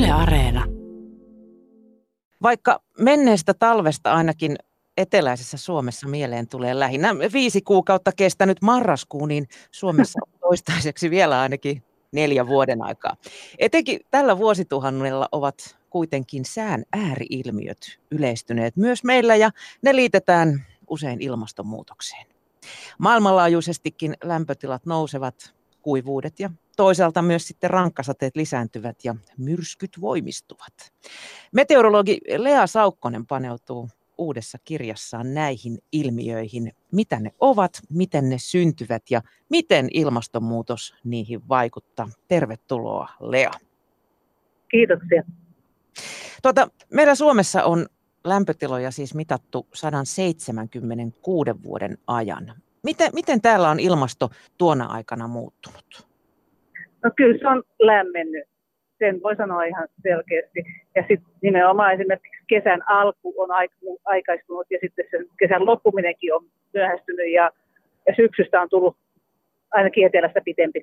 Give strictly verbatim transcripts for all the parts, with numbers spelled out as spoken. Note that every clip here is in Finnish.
Yle Areena. Vaikka menneestä talvesta ainakin eteläisessä Suomessa mieleen tulee lähinnä viisi kuukautta kestänyt marraskuu, niin Suomessa on toistaiseksi vielä ainakin neljä vuoden aikaa. Etenkin tällä vuosituhannella ovat kuitenkin sään ääriilmiöt yleistyneet myös meillä ja ne liitetään usein ilmastonmuutokseen. Maailmanlaajuisestikin lämpötilat nousevat, kuivuudet ja toisaalta myös sitten rankkasateet lisääntyvät ja myrskyt voimistuvat. Meteorologi Lea Saukkonen paneutuu uudessa kirjassaan näihin ilmiöihin, mitä ne ovat, miten ne syntyvät ja miten ilmastonmuutos niihin vaikuttaa. Tervetuloa, Lea. Kiitoksia. Tuota, meillä Suomessa on lämpötiloja siis mitattu sata seitsemänkymmentäkuusi vuoden ajan. Miten, miten täällä on ilmasto tuona aikana muuttunut? No kyllä se on lämmennyt. Sen voi sanoa ihan selkeästi. Ja sitten nimenomaan esimerkiksi kesän alku on aikaistunut ja sitten sen kesän loppuminenkin on myöhästynyt ja, ja syksystä on tullut ainakin etelästä pitempi.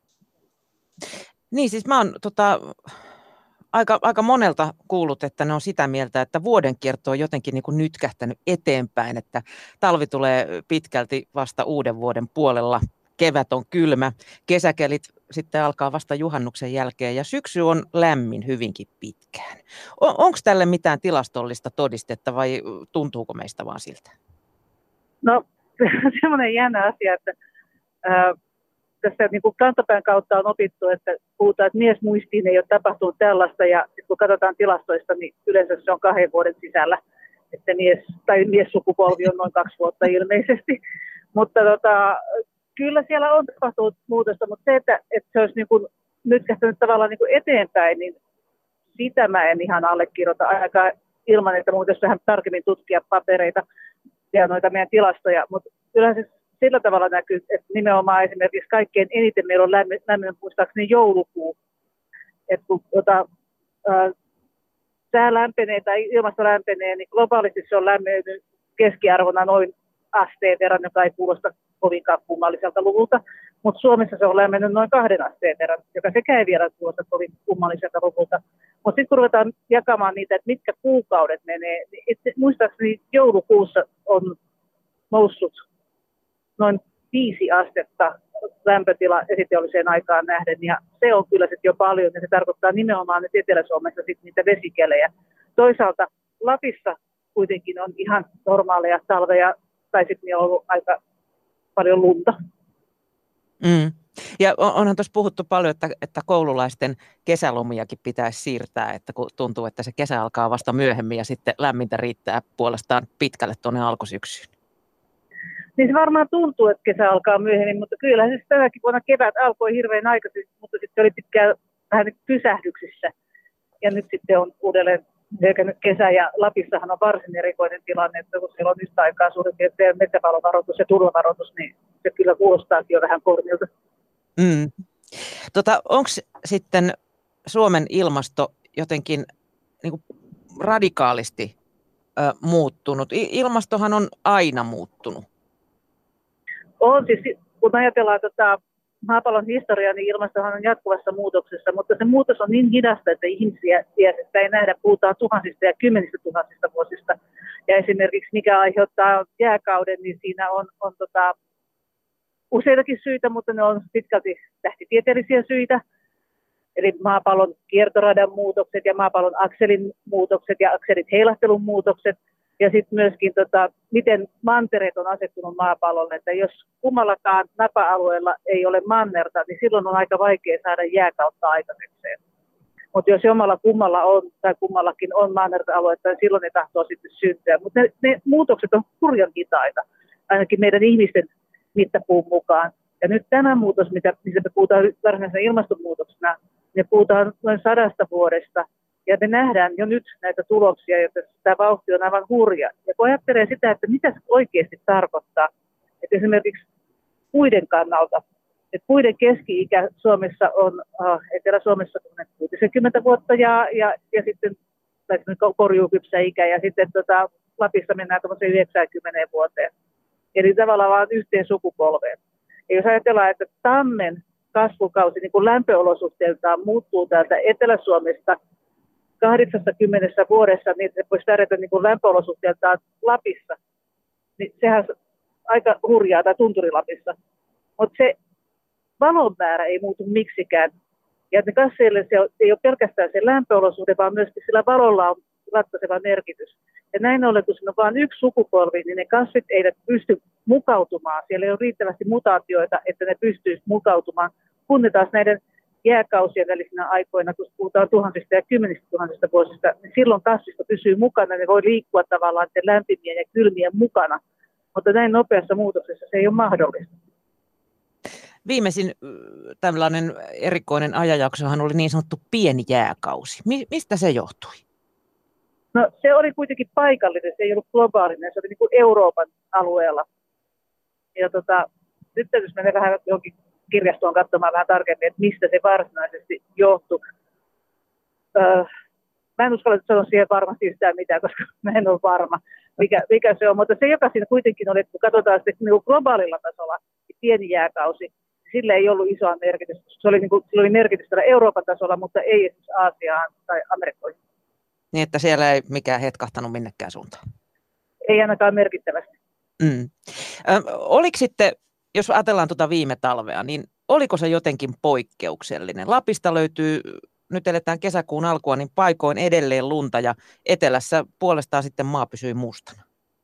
Niin siis mä oon tota, aika, aika monelta kuullut, että ne on sitä mieltä, että vuodenkierto on jotenkin niin kuin nytkähtänyt eteenpäin, että talvi tulee pitkälti vasta uuden vuoden puolella. Kevät on kylmä, kesäkelit sitten alkaa vasta juhannuksen jälkeen ja syksy on lämmin hyvinkin pitkään. On, onko tälle mitään tilastollista todistetta vai tuntuuko meistä vaan siltä? No semmoinen jännä asia, että ää, tässä niin kuin kantapään kautta on opittu, että puhutaan, että miesmuistiin ei ole tapahtunut tällaista ja kun katsotaan tilastoista, niin yleensä se on kahden vuoden sisällä, että mies, tai miessukupolvi on noin kaksi vuotta ilmeisesti, mutta tota, kyllä siellä on tapahtunut muutosta, mutta se, että, että se olisi niin kuin nyt kähtänyt tavallaan niin kuin eteenpäin, niin sitä mä en ihan allekirjoita ainakaan ilman, että mun pitäisi vähän tarkemmin tutkia papereita ja noita meidän tilastoja. Mutta kyllähän se sillä tavalla näkyy, että nimenomaan esimerkiksi kaikkein eniten meillä on lämmin, lämmin muistaakseni joulukuu. Että kun tota, ää, sää lämpenee tai ilmasto lämpenee, niin globaalisti se on lämmennyt keskiarvona noin asteen verran, joka ei kuulosta kovinkaan kummalliselta luvulta, mutta Suomessa se on lämmennyt noin kahden asteen verran, joka sekä ei vielä kuulosta kovin kummalliselta luvulta. Mutta sitten kun ruvetaan jakamaan niitä, että mitkä kuukaudet menee, niin itse, muistaakseni joulukuussa on noussut noin viisi astetta lämpötila esiteolliseen aikaan nähden, ja se on kyllä sitten jo paljon, ja se tarkoittaa nimenomaan nyt Etelä-Suomessa sitten niitä vesikelejä. Toisaalta Lapissa kuitenkin on ihan normaaleja talveja, tai sitten on ollut aika paljon lunta. Mm. Ja onhan tuossa puhuttu paljon, että, että koululaisten kesälomiakin pitäisi siirtää, että kun tuntuu, että se kesä alkaa vasta myöhemmin ja sitten lämmintä riittää puolestaan pitkälle tuonne alkusyksyyn. Niin se varmaan tuntuu, että kesä alkaa myöhemmin, mutta kyllä se tänäkin vuonna kevät alkoi hirveän aikaisin, mutta sitten oli pitkään vähän niin pysähdyksissä. Ja nyt sitten on uudelleen nyt kesä ja Lapissahan on varsin erikoinen tilanne, että kun siellä on yhtä aikaa suurin piirtein metsäpalovaroitus ja turvavaroitus, niin se kyllä kuulostaakin jo vähän kornilta. Mm. Tota, onko sitten Suomen ilmasto jotenkin niin kuin radikaalisti ö, muuttunut? Ilmastohan on aina muuttunut. On siis, kun ajatellaan tota, maapallon historiaa, niin ilmastohan on jatkuvassa muutoksessa, mutta se muutos on niin hidasta, että ihmisiä sitä ei nähdä. Puhutaan tuhansista ja kymmenistä tuhansista vuosista. Ja esimerkiksi mikä aiheuttaa jääkauden, niin siinä on, on tota, useitakin syitä, mutta ne on pitkälti tähtitieteellisiä syitä. Eli maapallon kiertoradan muutokset ja maapallon akselin muutokset ja akselit heilahtelun muutokset. Ja sitten myöskin, tota, miten mantereet on asettunut maapallolle. Että jos kummallakaan napa-alueella ei ole mannerta, niin silloin on aika vaikea saada jääkautta aikaisekseen. Mutta jos jommalla kummalla on, tai kummallakin on mannerta-aluetta, niin silloin ne tahtoo sitten syntyä. Mutta ne, ne muutokset on hurjan hitaita, ainakin meidän ihmisten mittapuun mukaan. Ja nyt tämä muutos, mitä, missä me puhutaan varsinaisena ilmastonmuutoksena, me puhutaan noin sadasta vuodesta. Ja me nähdään jo nyt näitä tuloksia, joita tämä vauhti on aivan hurja. Ja kun ajattelee sitä, että mitä se oikeasti tarkoittaa, että esimerkiksi puiden kannalta, että puiden keski-ikä Suomessa on äh, Etelä-Suomessa kuusikymmentä vuotta ja, ja, ja sitten korjuukypsä ikä ja sitten tota, Lapissa mennään tuollaiseen yhdeksänkymmentä vuoteen. Eli tavallaan vain yhteen sukupolveen. Ja jos ajatellaan, että tammen kasvukausi niin kuin lämpöolosuhteiltaan muuttuu täältä Etelä-Suomesta kahdeksankymmentä vuodessa, niin se voisi pärjätä niin kuin lämpöolosuhteeltaan Lapissa. Niin sehän on aika hurjaa, tai Tunturilapissa. Mutta se valon määrä ei muutu miksikään. Ja ne kasveille se ei ole pelkästään se lämpöolosuhde, vaan myöskin sillä valolla on ratkaiseva merkitys. Ja näin ollen, kun siinä on vain yksi sukupolvi, niin ne kasvit eivät pysty mukautumaan. Siellä ei ole riittävästi mutaatioita, että ne pystyisivät mukautumaan. Kun ne taas näiden jääkausien välisinä aikoina, kun puhutaan tuhansista ja kymmenistä tuhansista vuosista, niin silloin kasvisto pysyy mukana. Ne voi liikkua tavallaan lämpimien ja kylmien mukana. Mutta näin nopeassa muutoksessa se ei ole mahdollista. Viimeisin tällainen erikoinen ajanjaksohan oli niin sanottu pieni jääkausi. Mi- mistä se johtui? No se oli kuitenkin paikallinen, se ei ollut globaalinen, se oli niin kuin Euroopan alueella. Ja tota, nyt täytyisi mennä vähän johonkin kirjastoon katsomaan vähän tarkemmin, että mistä se varsinaisesti johtui. Öö, mä en uskalla sanoa siihen varmasti yhtään mitään, koska mä en ole varma, mikä, mikä se on. Mutta se, joka siinä kuitenkin oli, kun katsotaan sitten niin globaalilla tasolla, pieni jääkausi, sillä ei ollut isoa merkitystä. Se oli, niin kuin, sillä oli merkitystä Euroopan tasolla, mutta ei esimerkiksi Aasiaan tai Amerikkoihin. Niin, että siellä ei mikään hetkahtanut minnekään suuntaan. Ei ainakaan merkittävästi. Mm. Ö, oliko sitten, jos ajatellaan tuota viime talvea, niin oliko se jotenkin poikkeuksellinen? Lapista löytyy, nyt eletään kesäkuun alkua, niin paikoin edelleen lunta ja etelässä puolestaan sitten maa pysyi mustana.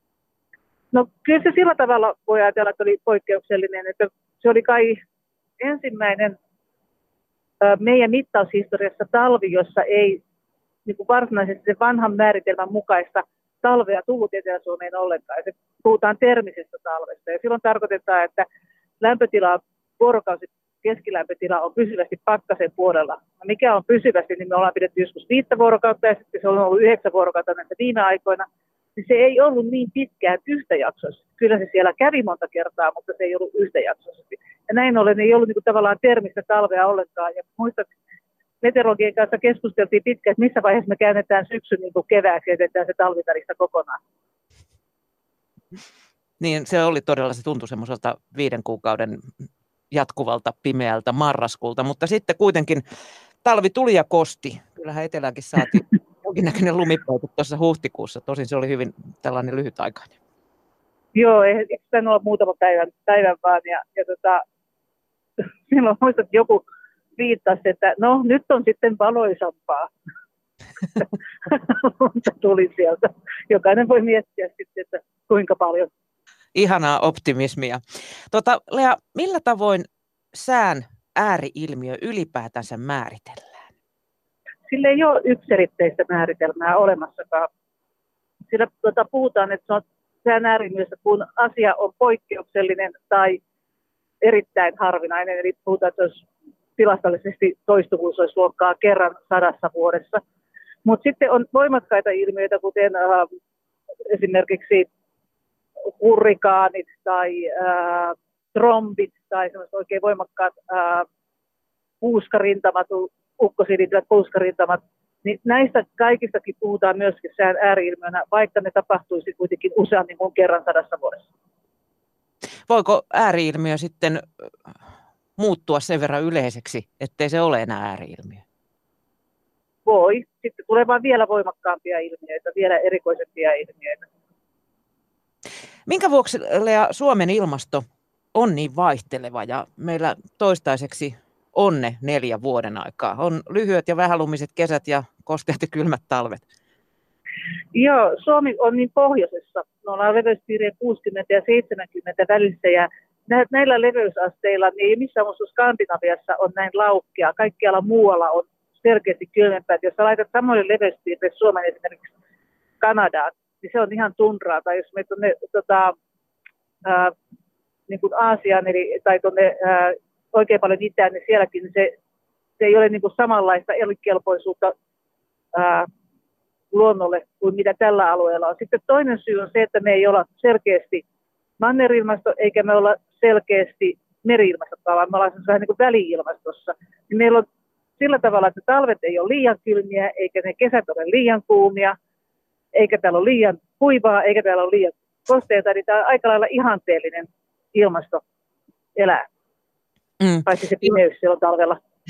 No kyllä se sillä tavalla voi ajatella, että oli poikkeuksellinen, että se oli kai ensimmäinen ö, meidän mittaushistoriassa talvi, jossa ei niin kuin varsinaisesti sen vanhan määritelmän mukaista talvea tullut Etelä-Suomeen ollenkaan. Se puhutaan termisestä talvesta. Ja silloin tarkoitetaan, että lämpötila, vuorokausi keskilämpötila on pysyvästi pakkasen puolella. No mikä on pysyvästi, niin me ollaan pidetty joskus viittä vuorokautta ja sitten se on ollut yhdeksän vuorokautta näissä viime aikoina. Niin se ei ollut niin pitkään yhtäjaksoisesti. Kyllä se siellä kävi monta kertaa, mutta se ei ollut yhtäjaksoisesti. Ja näin ollen ei ollut niin kuin tavallaan termistä talvea ollenkaan. Ja muistat, meteorologien kanssa keskusteltiin pitkään, että missä vaiheessa me käännetään syksyn niin kuin kevääksi ja jätetään se talvivälistä kokonaan. Niin, se oli todella, se tuntui semmoiselta viiden kuukauden jatkuvalta pimeältä marraskuulta, mutta sitten kuitenkin talvi tuli ja kosti. Kyllähän eteläänkin saatiin jonkinnäköinen lumipautu tuossa huhtikuussa, tosin se oli hyvin tällainen lyhytaikainen. Joo, ei sitä ole muutama päivän, päivän vaan, ja, ja tota, silloin muistat, että joku viittasi, että no nyt on sitten valoisampaa. Mutta tuli sieltä. Jokainen voi miettiä sitten, että kuinka paljon. Ihanaa optimismia. Tota, Lea, millä tavoin sään ääri-ilmiö ylipäätänsä määritellään? Sillä ei ole yksiselitteistä määritelmää olemassakaan. Sillä tuota, puhutaan, että se on sään ääri-ilmiöstä, kun asia on poikkeuksellinen tai erittäin harvinainen. Eli puhutaan, että jos tilastollisesti toistuvuus olisi luokkaa kerran sadassa vuodessa. Mutta sitten on voimakkaita ilmiöitä, kuten äh, esimerkiksi hurrikaanit tai äh, trombit tai sellaiset oikein voimakkaat äh, puuskarintamat, ukkosiin liittyvät puuskarintamat. Niin näistä kaikistakin puhutaan myöskin sään ääri-ilmiönä, vaikka ne tapahtuisi kuitenkin useammin kuin kerran sadassa vuodessa. Voiko ääri-ilmiö sitten muuttua sen verran yleiseksi, ettei se ole enää ääri-ilmiö? Voi. Sitten tulee vaan vielä voimakkaampia ilmiöitä, vielä erikoisempia ilmiöitä. Minkä vuoksi, Lea, Suomen ilmasto on niin vaihteleva ja meillä toistaiseksi on ne neljä vuoden aikaa? On lyhyet ja vähälumiset kesät ja kosteat ja kylmät talvet. Joo, Suomi on niin pohjoisessa. Me ollaan leveyspiirien kuusikymmentä ja seitsemänkymmentä välissä ja näillä leveysasteilla niin ei missään muussa Skandinaviassa on näin laukkea. Kaikkialla muualla on selkeästi kylmempää. Jos sä laitat samoille leveyspiirteille Suomen esimerkiksi Kanadaan, niin se on ihan tundraa. Tai jos me tuonne tota, ää, niin kuin Aasiaan eli, tai tuonne ää, oikein paljon itään, niin sielläkin niin se, se ei ole niin kuin samanlaista elinkelpoisuutta ää, luonnolle kuin mitä tällä alueella on. Sitten toinen syy on se, että me ei olla selkeästi mannerilmasto, eikä me olla selkeästi meri-ilmasto, vaan me ollaan vähän niin kuin väli-ilmastossa. Niin meillä on sillä tavalla, että talvet ei ole liian kylmiä, eikä ne kesät ole liian kuumia, eikä täällä ole liian kuivaa, eikä täällä ole liian kosteita. Eli tämä on aika lailla ihanteellinen ilmasto elää, mm. paitsi se pimeys silloin talvella.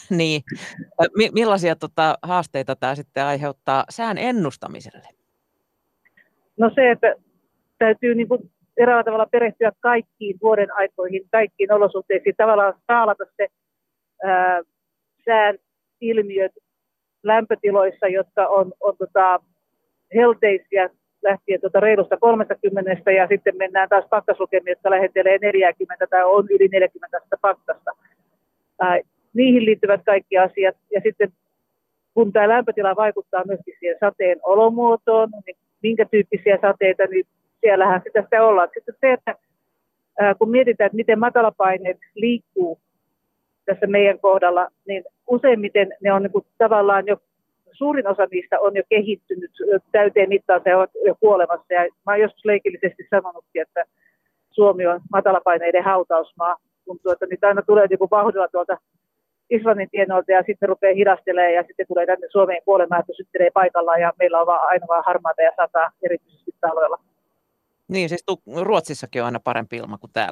Niin. Mi- millaisia tota, haasteita tämä sitten aiheuttaa sään ennustamiselle? No se, että täytyy niin kuin eräällä tavalla perehtyä kaikkiin vuoden aikoihin, kaikkiin olosuhteisiin, tavallaan skaalata se ää, sään ilmiöt lämpötiloissa, jotka on, on tota, helteisiä lähtien tuota reilusta kolmekymmentä ja sitten mennään taas pakkaslukemia, jotka lähentelee neljäkymmentä tai on yli neljäkymmentä pakkasta. Ää, niihin liittyvät kaikki asiat. Ja sitten kun tämä lämpötila vaikuttaa myöskin siihen sateen olomuotoon, niin minkä tyyppisiä sateita, niin siellähän sitä, sitä ollaan. Sitten se, että ää, kun mietitään, että miten matalapaineet liikkuu tässä meidän kohdalla, niin useimmiten ne on niin kuin tavallaan jo, suurin osa niistä on jo kehittynyt täyteen mittaan, se on jo kuolemassa. Ja mä oon joskus leikillisesti sanonutkin, että Suomi on matalapaineiden hautausmaa, kun tuota, niitä aina tulee niin kuin vauhdilla tuolta Islannin tienoilta ja sitten rupeaa hidastelemaan ja sitten tulee tänne Suomeen kuolemaan, että syttelee paikallaan ja meillä on vaan aina vaan harmaata ja sataa erityisesti taloilla. Niin, siis Ruotsissakin on aina parempi ilma kuin täällä.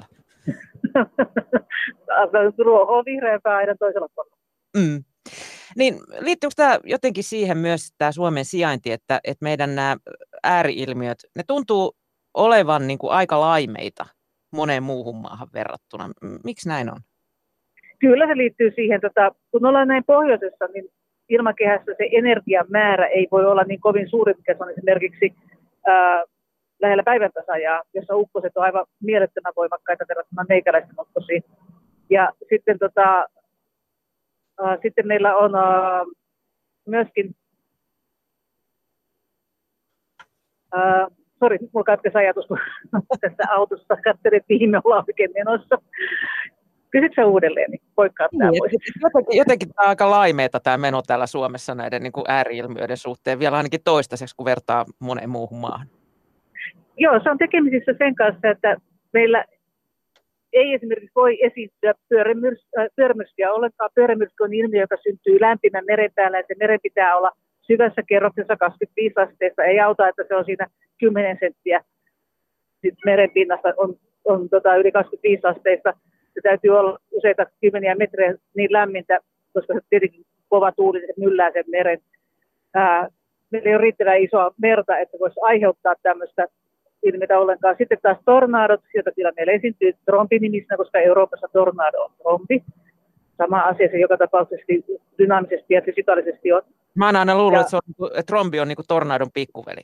Ruoho on vihreämpää aina toisella puolella. Mm. Niin, liittyykö tämä jotenkin siihen myös, tämä Suomen sijainti, että, että meidän nämä ääriilmiöt, ne tuntuu olevan niin kuin aika laimeita moneen muuhun maahan verrattuna. Miksi näin on? Kyllä se liittyy siihen, tota, kun ollaan näin pohjoisessa, niin ilmakehässä se energian määrä ei voi olla niin kovin suuri, mikä se on esimerkiksi ää, lähellä päiväntasaajaa, jossa ukkoset on aivan mielettömän voimakkaita verrattuna meikäläisten ukkosiin. Ja sitten, tota, ää, sitten meillä on ää, myöskin, ää, sori, minulla katkesi ajatus, kun tässä autossa katselin, että mihin me ollaan oikein menossa. Kysytkö uudelleen, niin poikkaa tämä niin, pois. Jotenkin, jotenkin tämä on aika laimeeta tämä meno täällä Suomessa näiden niin kuin ääri-ilmiöiden suhteen, vielä ainakin toistaiseksi, kun vertaa moneen muuhun maahan. Joo, se on tekemisissä sen kanssa, että meillä ei esimerkiksi voi esiintyä pyörämyrskyä ollenkaan. Pyörämyrsky on ilmiö, joka syntyy lämpimän meren päällä, ja se meren pitää olla syvässä kerroksessa kaksikymmentäviisi asteessa. Ei auta, että se on siinä kymmenen senttiä meren pinnasta on, on tota, yli kaksikymmentäviisi asteista. Se täytyy olla useita kymmeniä metrejä niin lämmintä, koska se tietenkin kova tuuli se myllää sen meren. Ää, meillä ei ole riittävän isoa merta, että voisi aiheuttaa tämmöistä ilmiötä ollenkaan. Sitten taas tornadot, joita kyllä meillä esiintyy trombinimisenä, koska Euroopassa tornado on trombi. Sama asia se joka tapauksessa dynaamisesti ja fysikaalisesti on. Mä oon aina luullut, ja että, se on, että trombi on niin kuin tornadon pikkuveli.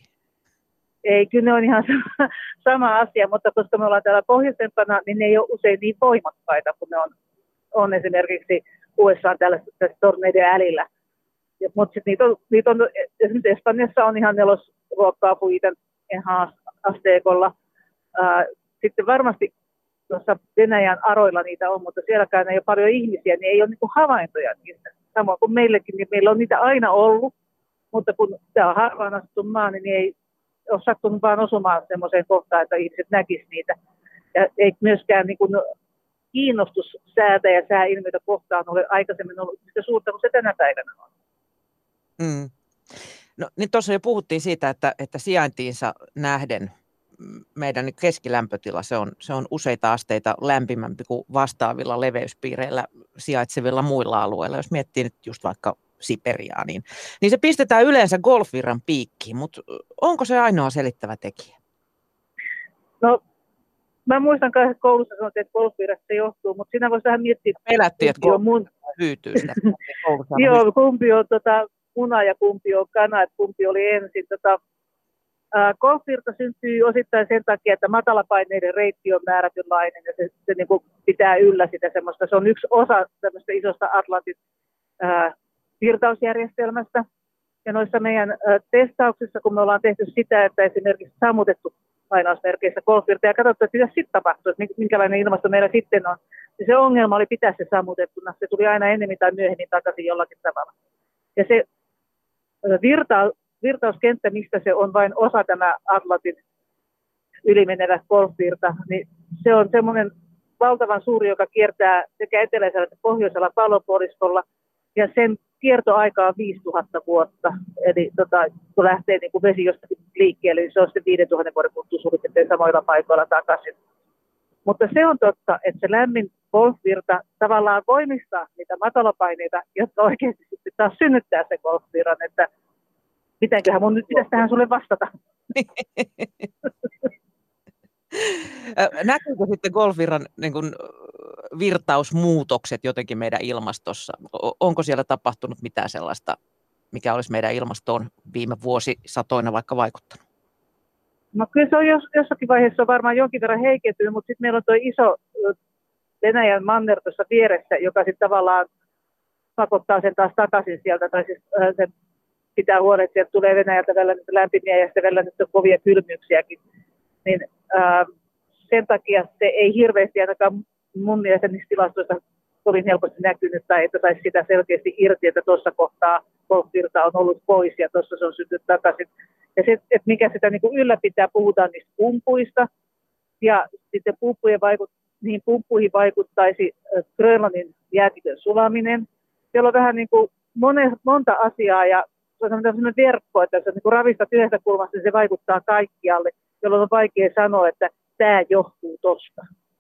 Ei, kyllä ne on ihan sama, sama asia, mutta koska me ollaan täällä pohjoisempana, niin ne ei ole usein niin voimakkaita, kun ne on, on esimerkiksi U S A tällaisessa torneiden älillä. Ja, mutta sitten niitä on, niitä on, esimerkiksi Espanjassa on ihan nelosluokkaa puiten asteikolla. Sitten varmasti tuossa Venäjän aroilla niitä on, mutta sielläkään ei ole paljon ihmisiä, niin ei ole niinku havaintoja niistä. Samoin kuin meillekin, niin meillä on niitä aina ollut, mutta kun tämä on harvaan asuttu maa, niin ei ole sattunut vaan osumaan semmoiseen kohtaan, että ihmiset näkisivät niitä. Ja ei myöskään niin kuin kiinnostus säätä ja sääilmiöitä kohtaan ole aikaisemmin ollut sitä suurta kuin se tänä päivänä on. Mm. No niin tuossa jo puhuttiin siitä, että, että sijaintiinsa nähden meidän keskilämpötila, se on, se on useita asteita lämpimämpi kuin vastaavilla leveyspiireillä sijaitsevilla muilla alueilla. Jos miettii nyt just vaikka Siperiaa, niin, niin se pistetään yleensä golfvirran piikkiin, mutta onko se ainoa selittävä tekijä? No, mä muistan kai, että koulussa sanottiin, että golfvirrasta se johtuu, mutta siinä voisi vähän miettiä, pelättiin, että kumpi mun hyytyy sitä. Joo, kumpi on tota, muna ja kumpi on kana, että kumpi oli ensin. Tota, ää, golfvirta syntyy osittain sen takia, että matalapaineiden reitti on määrätynlainen ja se, se niin kuin pitää yllä sitä semmoista. Se on yksi osa tämmöistä isosta Atlantin ää, virtausjärjestelmästä. Ja noissa meidän ä, testauksissa, kun me ollaan tehty sitä, että esimerkiksi sammutettu lainausmerkeissä golfvirta ja katsottu, että mitä sitten tapahtuu, että minkälainen ilmasto meillä sitten on, niin se ongelma oli pitää se sammutettuna. Se tuli aina ennemmin tai myöhemmin takaisin jollakin tavalla. Ja se virta, virtauskenttä, mistä se on vain osa tämä Atlantin ylimenevä golfvirta, niin se on semmoinen valtavan suuri, joka kiertää sekä eteläisellä että pohjoisella pallonpuoliskolla, ja sen kiertoaika on viisituhatta vuotta. Eli tota, kun lähtee niin kuin vesi jostakin liikkeelle, niin se on sitten viisituhatta vuoden kuluttua suurin piirtein samoilla paikoilla takaisin. Mutta se on totta, että se lämmin golfvirta tavallaan voimistaa niitä matalapaineita, jotka oikeasti sitten taas synnyttää se golfvirran, että mitenköhän mun nyt pitäisi tähän sulle vastata. Näkyykö sitten golfvirran niin kuin, virtausmuutokset jotenkin meidän ilmastossa? Onko siellä tapahtunut mitään sellaista, mikä olisi meidän ilmastoon viime vuosisatoina vaikka vaikuttanut? No kyllä se on jos, jossakin vaiheessa varmaan jonkin verran heikentynyt, mutta sitten meillä on tuo iso Venäjän manner tuossa vieressä, joka sitten tavallaan pakottaa sen taas takaisin sieltä, tai siis äh, se pitää huolta, että sieltä tulee Venäjältä välillä nyt lämpimiä ja sitten välillä nyt on kovia kylmyyksiäkin. Niin äh, sen takia se ei hirveästi ainakaan mun mielestä niistä tilastoista kovin helposti näkynyt, tai että saisi sitä selkeästi irti, että tuossa kohtaa golfvirta on ollut pois ja tuossa se on syntynyt takaisin. Ja se, että mikä sitä niin kuin ylläpitää, puhutaan niistä pumpuista, ja sitten pumppujen vaikut, niihin pumppuihin vaikuttaisi Grönlannin jäätikön sulaminen. Siellä on vähän niin kuin monen, monta asiaa, ja se on sellainen verkko, että jos niin ravistat yhdestä kulmasta, niin se vaikuttaa kaikkialle, jolloin on vaikea sanoa, että tämä johtuu tuosta.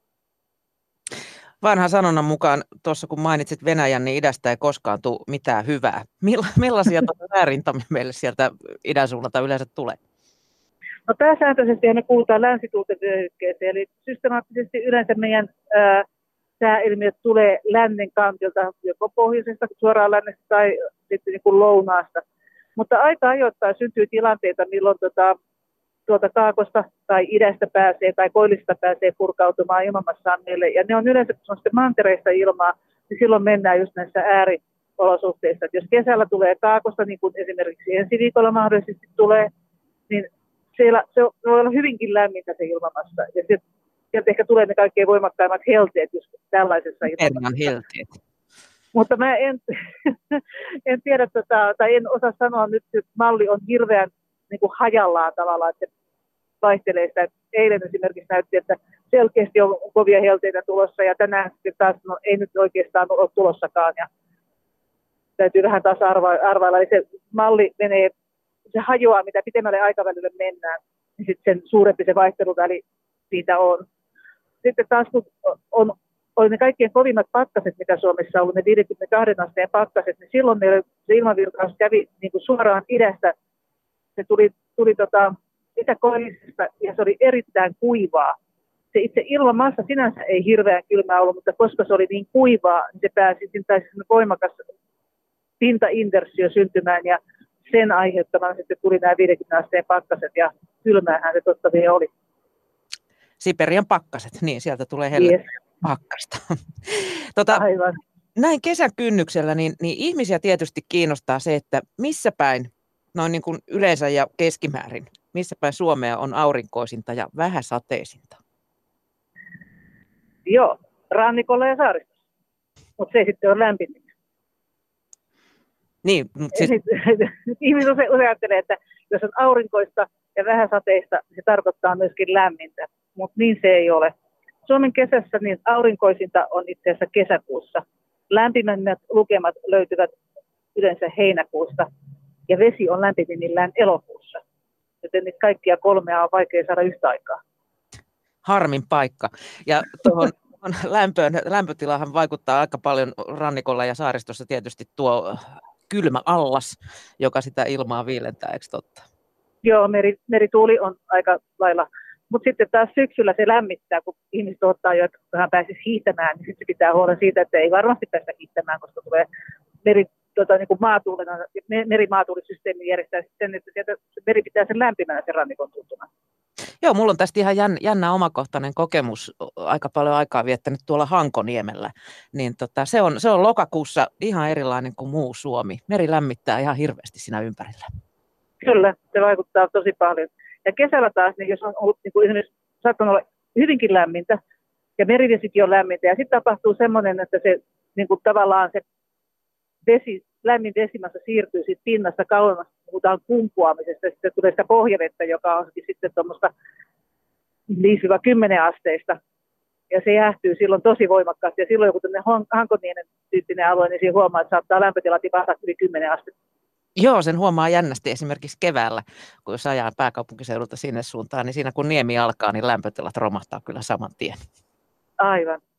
Vanhan sanonnan mukaan, tuossa kun mainitsit Venäjän, niin idästä ei koskaan tule mitään hyvää. Millaisia äärintamia meille sieltä idän suunnalta yleensä tulee? No pääsääntöisesti me kuulutaan länsituulten vyöhykkeeseen, eli systemaattisesti yleensä meidän ää, sääilmiöt tulee lännen kantilta, joko pohjoisesta suoraan lännestä tai sitten niin kuin lounaasta. Mutta aika ajoittain syntyy tilanteita, milloin tota, tuolta kaakosta tai idästä pääsee tai koillista pääsee purkautumaan ilmamassaan meille. Ja ne on yleensä, kun on sitten mantereista ilmaa, niin silloin mennään just näissä ääriolosuhteissa. Et jos kesällä tulee kaakosta, niin kuin esimerkiksi ensi viikolla mahdollisesti tulee, niin siellä se voi olla hyvinkin lämmintä se ilmamassa. Ja sieltä ehkä tulee ne kaikkein voimakkaimmat helteet just tällaisessa ilmamassa. helteet. Mutta mä en, en tiedä, tota, tai en osaa sanoa nyt, että malli on hirveän niin kuin hajallaan tavallaan, että se vaihtelee sitä. Eilen esimerkiksi näytti, että selkeästi on kovia helteitä tulossa, ja tänään sitten taas no, ei nyt oikeastaan ole tulossakaan, ja täytyy vähän taas arva- arvailla. Eli se malli menee, se hajoaa, mitä pitemmälle aikavälille mennään, niin sitten sen suurempi se vaihteluväli siitä on. Sitten taas kun on, oli ne kaikkien kovimmat pakkaset, mitä Suomessa on ollut, ne viisikymmentäkaksi asteen pakkaset, niin silloin meillä se ilmavirtaus kävi niin kuin suoraan idästä. Se tuli, tuli tota, itäkoillisesta ja se oli erittäin kuivaa. Se itse ilmamassa sinänsä ei hirveän kylmää ollut, mutta koska se oli niin kuivaa, niin se pääsi tai voimakas pintainversio syntymään ja sen aiheuttamaan sitten tuli nämä viisikymmentä asteen pakkaset ja kylmäähän se totta vielä oli. Siperian pakkaset, niin sieltä tulee helle yes. pakkasta. tota, Aivan. Näin kesän kynnyksellä, niin, niin ihmisiä tietysti kiinnostaa se, että missä päin noin niin kuin yleensä ja keskimäärin, missä päin Suomea on aurinkoisinta ja vähäsateisinta? Joo, rannikolla ja saaristossa, mutta se sitten on lämpimintä. Niin, mutta siis... Ihmiset usein, usein ajattelee, että jos on aurinkoista ja vähäsateista, se tarkoittaa myöskin lämmintä, mutta niin se ei ole. Suomen kesässä niin aurinkoisinta on itse asiassa kesäkuussa. Lämpimämmät lukemat löytyvät yleensä heinäkuusta ja vesi on lämpimimmillään elokuussa. Joten niitä kaikkia kolmea on vaikea saada yhtä aikaa. Harmin paikka. Ja tuohon lämpöön, lämpötilahan vaikuttaa aika paljon rannikolla ja saaristossa tietysti tuo kylmä allas, joka sitä ilmaa viilentää, eikö totta? Joo, meri, merituuli on aika lailla. Mutta sitten taas syksyllä se lämmittää, kun ihmiset ottaa jo, että hän pääsisi hiihtämään, niin sitten pitää huolen siitä, että ei varmasti päästä hiihtämään, koska tulee meri, tota, niin kuin maatuulena, merimaatuulisysteemi järjestää sen, että sieltä meri pitää sen lämpimänä sen rannikon tuntuna. Joo, mulla on tästä ihan jännä, jännä omakohtainen kokemus, aika paljon aikaa viettänyt tuolla Hankoniemellä, niin tota, se, on, se on lokakuussa ihan erilainen kuin muu Suomi. Meri lämmittää ihan hirveästi siinä ympärillä. Kyllä, se vaikuttaa tosi paljon. Ja kesällä taas, niin jos on ollut niin kuin esimerkiksi saattanut olla hyvinkin lämmintä, ja merivesikin on lämmintä, ja sitten tapahtuu semmoinen, että se niin kuin tavallaan se vesi, lämmin vesimassa siirtyy siitä pinnasta kauemmas, puhutaan kumpuamisesta, ja sitten tulee sitä pohjavettä, joka on sitten tuommoista viisi kymmenen asteista, ja se jäähtyy silloin tosi voimakkaasti, ja silloin joku tämmöinen Hankoniemen tyyppinen alue, niin siinä huomaa, että saattaa lämpötila tipahtaa yli kymmenen astetta. Joo, sen huomaa jännästi esimerkiksi keväällä, kun jos ajaa pääkaupunkiseudulta sinne suuntaan, niin siinä kun niemi alkaa, niin lämpötilat romahtaa kyllä saman tien. Aivan.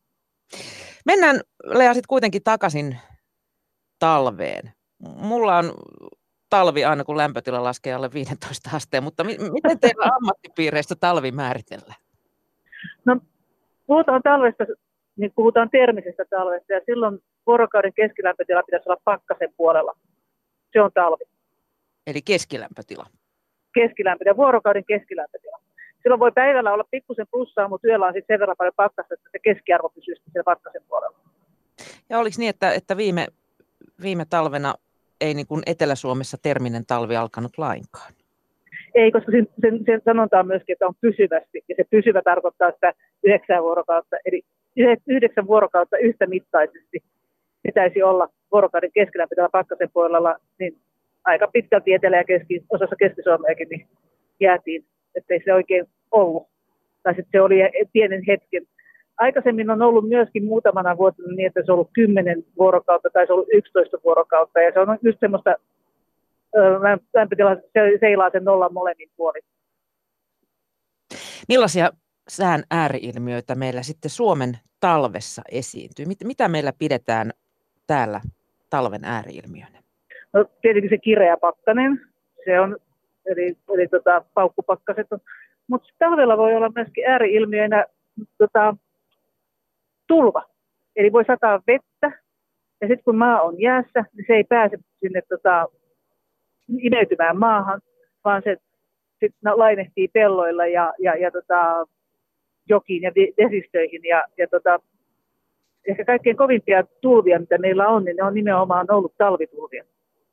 Mennään, Lea, sitten kuitenkin takaisin talveen. Mulla on talvi aina, kun lämpötila laskee alle viisitoista asteen, mutta mi- miten teillä ammattipiireissä talvi määritellään? No, puhutaan talvesta, niin puhutaan termisestä talvesta, ja silloin vuorokauden keskilämpötila pitäisi olla pakkasen puolella. Se on talvi. Eli keskilämpötila. Keskilämpötila, vuorokauden keskilämpötila. Silloin voi päivällä olla pikkusen plussaa, mutta yöllä on sitten sen verran paljon pakkasta, että se keskiarvo pysyy siellä pakkasen puolella. Ja oliko niin, että, että viime, viime talvena ei niin kuin Etelä-Suomessa terminen talvi alkanut lainkaan? Ei, koska sen, sen, sen sanotaan myöskin, että on pysyvästi, ja se pysyvä tarkoittaa sitä yhdeksän vuorokautta, eli yhdeksän vuorokautta yhtä mittaisesti pitäisi olla vuorokauden keskilämpötila pakkasen puolella, niin aika pitkälti etelä- ja keski, osassa Keski-Suomeakin niin jäätiin, ettei se oikein ollut. Tai sitten se oli pienen hetken. Aikaisemmin on ollut myöskin muutamana vuotena niin, että se on ollut kymmenen vuorokautta tai se on ollut yksitoista vuorokautta, ja se on just semmoista lämpötila seilaa sen nollan molemmin puolin. Millaisia sään ääriilmiöitä meillä sitten Suomen talvessa esiintyy? Mit, mitä meillä pidetään täällä talven ääriilmiönä? No tietenkin se kireä pakkanen, se on, eli, eli tota, paukkupakkaset on. Mutta talvella voi olla myöskin ääriilmiöinä tota, tulva. Eli voi sataa vettä, ja sitten kun maa on jäässä, niin se ei pääse sinne tota, imeytymään maahan, vaan se sitten lainehtii pelloilla ja, ja, ja tota, jokiin ja vesistöihin. Ja, ja tota, ehkä kaikkein kovimpia tulvia, mitä meillä on, niin ne on nimenomaan ollut talvitulvia.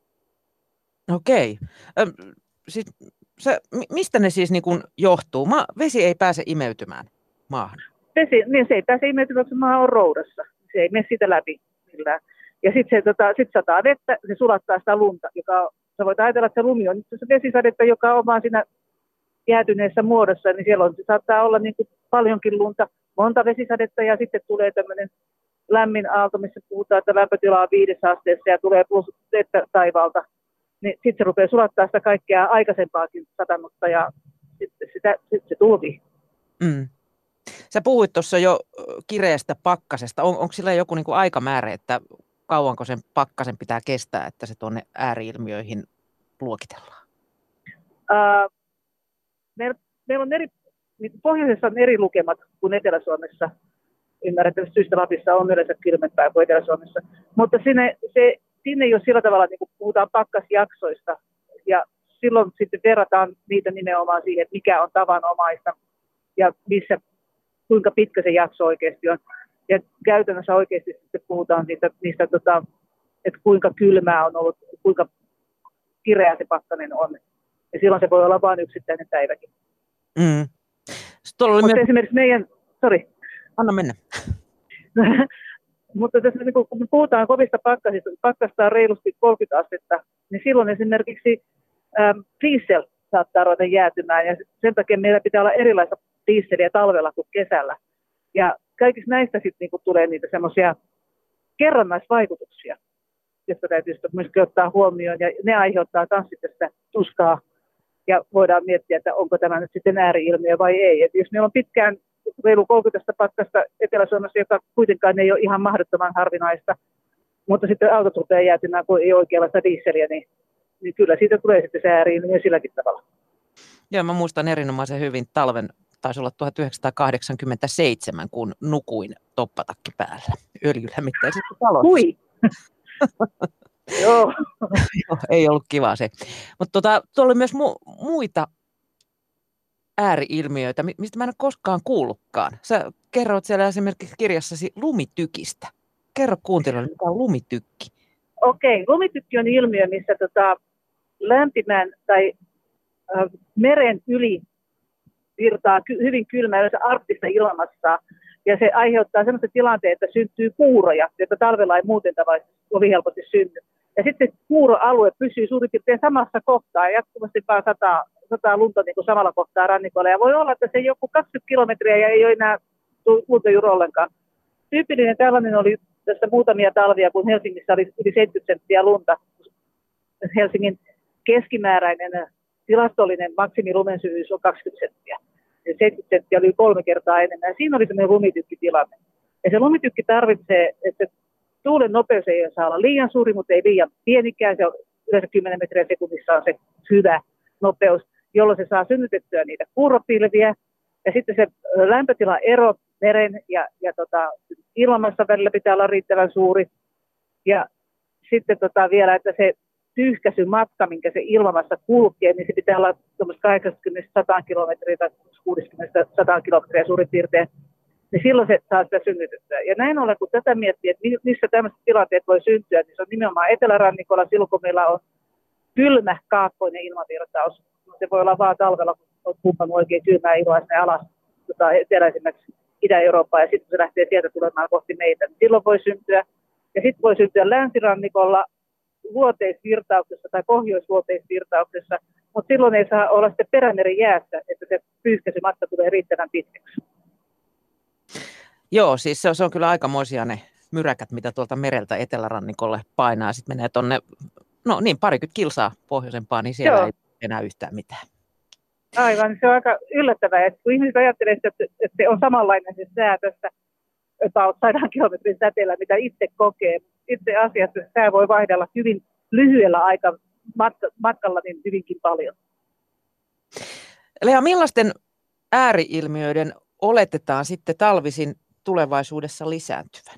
Okei. Ö, siis se, mistä ne siis niin kuin johtuu? Ma, vesi ei pääse imeytymään maahan. Vesi, niin se ei pääse imeytymään, koska maa on roudassa. Se ei mene sitä läpi millään. Ja sitten tota, sit sataa vettä, se sulattaa sitä lunta, joka sä voit ajatella, että se lumi on se vesisadetta, joka on vaan siinä jäätyneessä muodossa, niin siellä on, se saattaa olla niin kuin paljonkin lunta, monta vesisadetta, ja sitten tulee tämmöinen lämmin aalto, missä puhutaan, että lämpötila on viides asteessa ja tulee plus vettä taivaalta. Niin sitten se rupeaa sulattaa sitä kaikkea aikaisempaakin satanutta, ja sitten sitä, sit se tulvii. Mm. Sä puhuit tuossa jo kireästä pakkasesta. On, onko sillä joku niin kuin aikamäärä, että kauanko sen pakkasen pitää kestää, että se tuonne ääriilmiöihin luokitellaan? Uh, meillä, meillä on eri, pohjoisessa on eri lukemat kuin Etelä-Suomessa. Ymmärrettävästi syystä Lapissa on yleensä kylmempää kuin Etelä-Suomessa. Mutta sinne, se, sinne ei ole sillä tavalla, niin kuin puhutaan pakkasjaksoista. Ja silloin sitten verrataan niitä nimenomaan siihen, että mikä on tavanomaista ja missä, kuinka pitkä se jakso oikeasti on. Ja käytännössä oikeasti sitten puhutaan niistä, niistä tota, että kuinka kylmää on ollut, kuinka kireä se pakkanen on. Ja silloin se voi olla vain yksittäinen päiväkin. Mm. Mutta myös... esimerkiksi meidän, sori. Anna mennä. Mutta tässä, niin kun me puhutaan kovista pakkasista, pakkasta on reilusti kolmekymmentä astetta, niin silloin esimerkiksi ähm, diesel saattaa ruveta jäätymään, ja sen takia meillä pitää olla erilaista dieseliä talvella kuin kesällä. Ja kaikista näistä sitten niin tulee niitä semmoisia kerrannaisvaikutuksia, jotka täytyy myöskin ottaa huomioon, ja ne aiheuttaa myös sitä tuskaa, ja voidaan miettiä, että onko tämä nyt sitten ääri-ilmiö vai ei. Et jos meillä on pitkään reilu kolmekymmentä pakkasta Etelä-Suomessa, joka kuitenkaan ei ole ihan mahdottoman harvinaista, mutta sitten autot rupeaa jäätymään, kun ei oikeanlaista dieseliä, niin, niin kyllä siitä tulee sitten se ääri-ilmiö silläkin tavalla. Joo, mä muistan erinomaisen hyvin talven, taisi olla tuhatyhdeksänsataakahdeksankymmentäseitsemän, kun nukuin toppatakki päällä öljylämmitteisessä talossa. Hui! Joo. Joo, ei ollut kiva se. Mutta tota, tuolla oli myös mu- muita ääri-ilmiöitä, mistä mä en ole koskaan kuullutkaan. Sä kerroit siellä esimerkiksi kirjassasi lumitykistä. Kerro kuuntelijoille, mikä on lumitykki. Okei, lumitykki on ilmiö, missä tota, lämpimän tai äh, meren yli virtaa ky- hyvin kylmää, yleensä arktista ilmassa. Ja se aiheuttaa sellaisen tilanteen, että syntyy kuuroja, joita talvella ei muuten tavallisesti kovin helposti synny. Ja sitten kuuroalue pysyy suurin piirtein samassa kohtaa ja jatkuvasti vaan sataa, sataa lunta niin kuin samalla kohtaa rannikolla. Ja voi olla, että se joku kaksikymmentä kilometriä ja ei ole enää lunta juuri ollenkaan. Tyypillinen tällainen oli tässä muutamia talvia, kun Helsingissä oli yli seitsemänkymmentä senttiä lunta. Helsingin keskimääräinen tilastollinen maksimilumensyvyys on kaksikymmentä senttiä. seitsemänkymmentä senttiä oli kolme kertaa enemmän. Ja siinä oli sellainen lumitykkitilanne. Ja se lumitykki tarvitsee, että tuulen nopeus ei saa olla liian suuri, mutta ei liian pienikään. Se on yleensä kymmenen metriä sekunnissa on se hyvä nopeus, jolloin se saa synnytettyä niitä kuuropilviä. Ja sitten se lämpötilan ero meren ja, ja tota, ilmassa välillä pitää olla riittävän suuri. Ja sitten tota vielä, että se pyyhkäisymatka, minkä se ilmassa kulkee, niin se pitää olla kahdeksankymmentä sataan kilometriä tai kuusikymmentä sataan kilometriä suurin piirtein. Niin silloin se saa sitä synnytettyä. Ja näin ollen, kun tätä miettii, että missä tämmöiset tilanteet voi syntyä, niin se on nimenomaan etelärannikolla silloin, kun meillä on kylmä kaakkoinen ilmavirtaus. Se voi olla vaan talvella, kun on pumpannut oikein kylmää ilmaa sinne alas tota, eteläisimmäksi Itä-Eurooppaan, ja sitten se lähtee sieltä tulemaan kohti meitä. Niin silloin voi syntyä, ja sitten voi syntyä länsirannikolla luoteisvirtauksessa tai pohjoisluoteisvirtauksessa, mutta silloin ei saa olla sitten perämeren jäässä, että se pyyhkäisymatka tulee riittävän pitkäksi. Joo, siis se on, se on kyllä aikamoisia ne myräkät, mitä tuolta mereltä etelärannikolle painaa. Sitten menee tuonne, no niin, parikymmentä kilsaa pohjoisempaan, niin siellä Joo. ei enää yhtään mitään. Aivan, se on aika yllättävää, että kun ihmiset ajattelee, että, että se on samanlainen se sää tässä about sadan kilometrin säteellä, mitä itse kokee. Itse asiassa se sää voi vaihdella hyvin lyhyellä aika matka, matkalla niin hyvinkin paljon. Lea, millaisten ääriilmiöiden oletetaan sitten talvisin tulevaisuudessa lisääntyvän?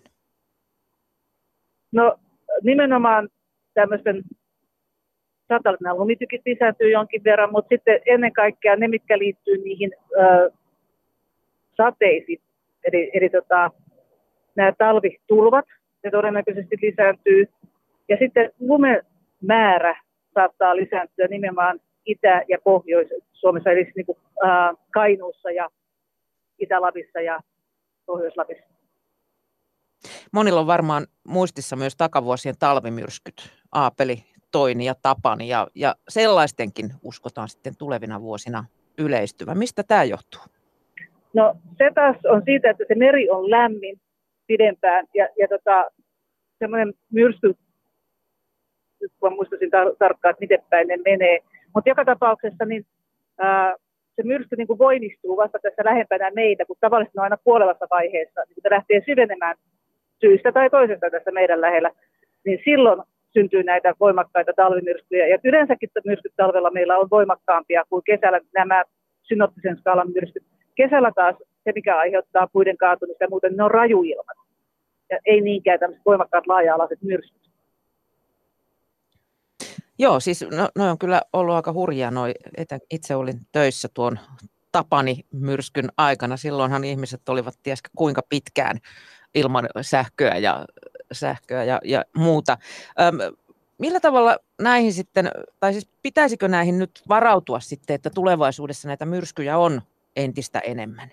No nimenomaan tämmöisten satalina lumitykit lisääntyy jonkin verran, mutta sitten ennen kaikkea ne, mitkä liittyy niihin ö, sateisiin, eli, eli tota, nämä talvitulvat, ne todennäköisesti lisääntyy. Ja sitten lumemäärä saattaa lisääntyä nimenomaan Itä- ja Pohjois-Suomessa, eli niin kuin, ä, Kainuussa ja Itä-Lapissa ja Pohjois-Lapissa. Monilla on varmaan muistissa myös takavuosien talvimyrskyt, Aapeli, Toini ja Tapani, ja, ja sellaistenkin uskotaan sitten tulevina vuosina yleistyvän. Mistä tämä johtuu? No se taas on siitä, että se meri on lämmin pidempään, ja, ja tota, semmoinen myrsky, nyt kun muistaisin tar- tarkkaan, että miten päin ne menee, mutta joka tapauksessa niin, ää, se myrsky niin kuin voimistuu vasta tässä lähempänä meitä, kun tavallisesti on aina puolevassa vaiheessa, niin kun se lähtee syvenemään syystä tai toisesta tässä meidän lähellä, niin silloin syntyy näitä voimakkaita talvimyrskyjä. Ja yleensäkin myrskyt talvella meillä on voimakkaampia kuin kesällä nämä synoptisen skaalan myrskyt. Kesällä taas se, mikä aiheuttaa puiden kaatumista ja muuten, ne on rajuilmat. Ja ei niinkään tämmöiset voimakkaat laaja-alaiset myrskyt. Joo, siis no, no on kyllä ollut aika hurjaa. Noi, että itse olin töissä tuon Tapani-myrskyn aikana. Silloinhan ihmiset olivat tieskä kuinka pitkään ilman sähköä ja, sähköä ja, ja muuta. Öm, millä tavalla näihin sitten, tai siis pitäisikö näihin nyt varautua sitten, että tulevaisuudessa näitä myrskyjä on entistä enemmän?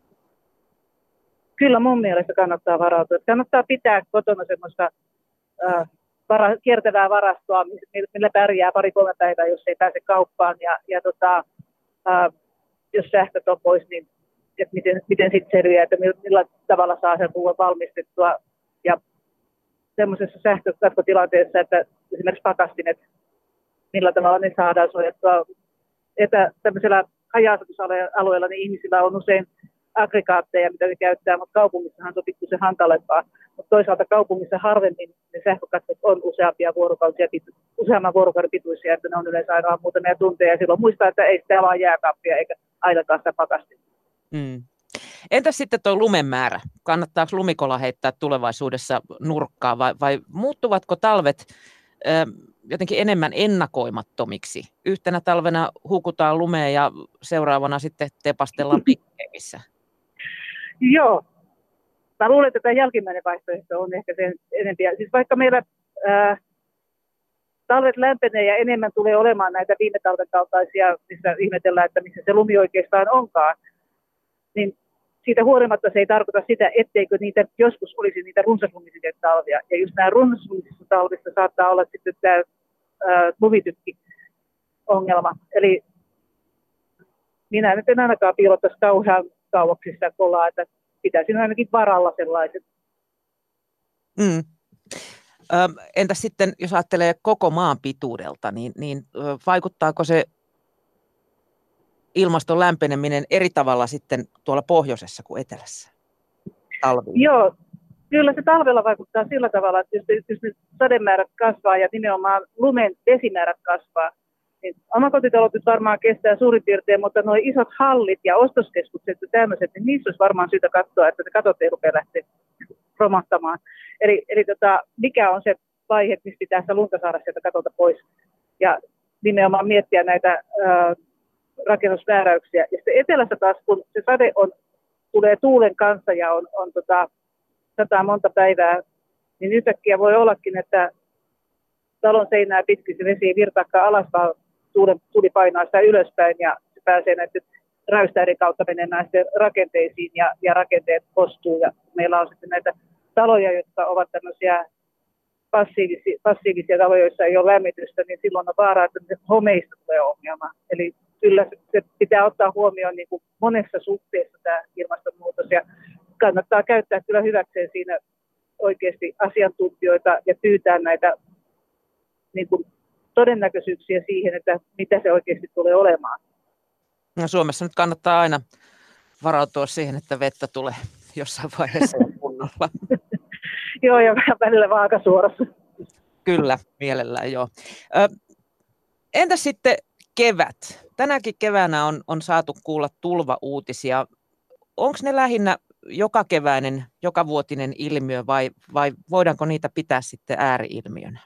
Kyllä mun mielestä kannattaa varautua. Kannattaa pitää kotona semmoista äh, vara, kiertävää varastoa, millä pärjää pari-kolme päivää, jos ei pääse kauppaan. Ja, ja tota, äh, jos sähköt on pois, niin että miten, miten sitten selviää, että millä tavalla saa sen ruoan valmistettua. Ja semmoisessa sähkökatkotilanteessa, että esimerkiksi pakastimet, millä tavalla ne saadaan suojattua. Että tämmöisellä haja-asutusalueella niin ihmisillä on usein aggregaatteja, mitä ne käyttää, mutta kaupungissahan se on pikkusen hankalempaa. Mutta toisaalta kaupungissa harvemmin ne sähkökatkot on useampia vuorokausia, useamman vuorokauden pituisia, että ne on yleensä aina muutamia tunteja. Ja silloin muistaa, että ei sitä vaan jääkaappia eikä ainakaan sitä pakastinta. Mm. Entäs sitten tuo lumen määrä? Kannattaako lumikolla heittää tulevaisuudessa nurkkaa vai, vai muuttuvatko talvet ö, jotenkin enemmän ennakoimattomiksi? Yhtenä talvena hukutaan lumeen ja seuraavana sitten tepastellaan pikkeissä. Joo. Mä luulen, että tämä jälkimmäinen vaihtoehto on ehkä sen enempiä. Siis vaikka meillä ää, talvet lämpenee ja enemmän tulee olemaan näitä viime talven kaltaisia, missä ihmetellään, että missä se lumi oikeastaan onkaan, niin siitä huolimatta se ei tarkoita sitä, etteikö niitä joskus olisi niitä runsaslumisia talvia. Ja just nämä runsaslumisissa talvissa saattaa olla sitten tämä ää, lumitykki-ongelma. Eli minä nyt en ainakaan piilottaisi kauhean kauaksissa kolaa, että pitäisin ainakin varalla sellaiset. Mm. Ö, entäs sitten, jos ajattelee koko maan pituudelta, niin, niin vaikuttaako se ilmaston lämpeneminen eri tavalla sitten tuolla pohjoisessa kuin etelässä talviin? Joo, Kyllä se talvella vaikuttaa sillä tavalla, että jos, jos nyt sademäärät kasvaa ja nimenomaan lumen vesimäärät kasvaa, niin omakotitalot nyt varmaan kestää suurin piirtein, mutta nuo isot hallit ja ostoskeskukset ja tämmöiset, niin niissä olisi varmaan syytä katsoa, että ne katot ei rupea lähteä romahtamaan. Eli, eli tota, mikä on se vaihe, missä pitää sitä lunta saada sieltä katolta pois. Ja nimenomaan miettiä näitä ää, rakennusmääräyksiä. Ja sitten etelässä taas, kun se sade on, tulee tuulen kanssa ja on, on tota, sataa monta päivää, niin yhtäkkiä voi ollakin, että talon seinää pitkin se vesi ei virtaakaan alas, vaan tuulen, tuuli painaa sitä ylöspäin ja se pääsee näiden räystäiden kautta menemään sitten rakenteisiin ja, ja rakenteet kostuu. Ja meillä on sitten näitä taloja, jotka ovat tämmöisiä passiivisia, passiivisia taloja, joissa ei ole lämmitystä, niin silloin on vaara, että homeista tulee ongelma. Eli kyllä se pitää ottaa huomioon niin kuin monessa suhteessa tämä ilmastonmuutos ja kannattaa käyttää kyllä hyväkseen siinä oikeasti asiantuntijoita ja pyytää näitä niin kuin todennäköisyyksiä siihen, että mitä se oikeasti tulee olemaan. No Suomessa nyt kannattaa aina varautua siihen, että vettä tulee jossain vaiheessa kunnolla. Joo, ja välillä vaakasuorassa. Kyllä, mielellään joo. Ö, entäs sitten kevät? Tänäkin keväänä on, on saatu kuulla tulvauutisia. Onko ne lähinnä joka keväinen, joka vuotinen ilmiö vai, vai voidaanko niitä pitää sitten ääri-ilmiönä?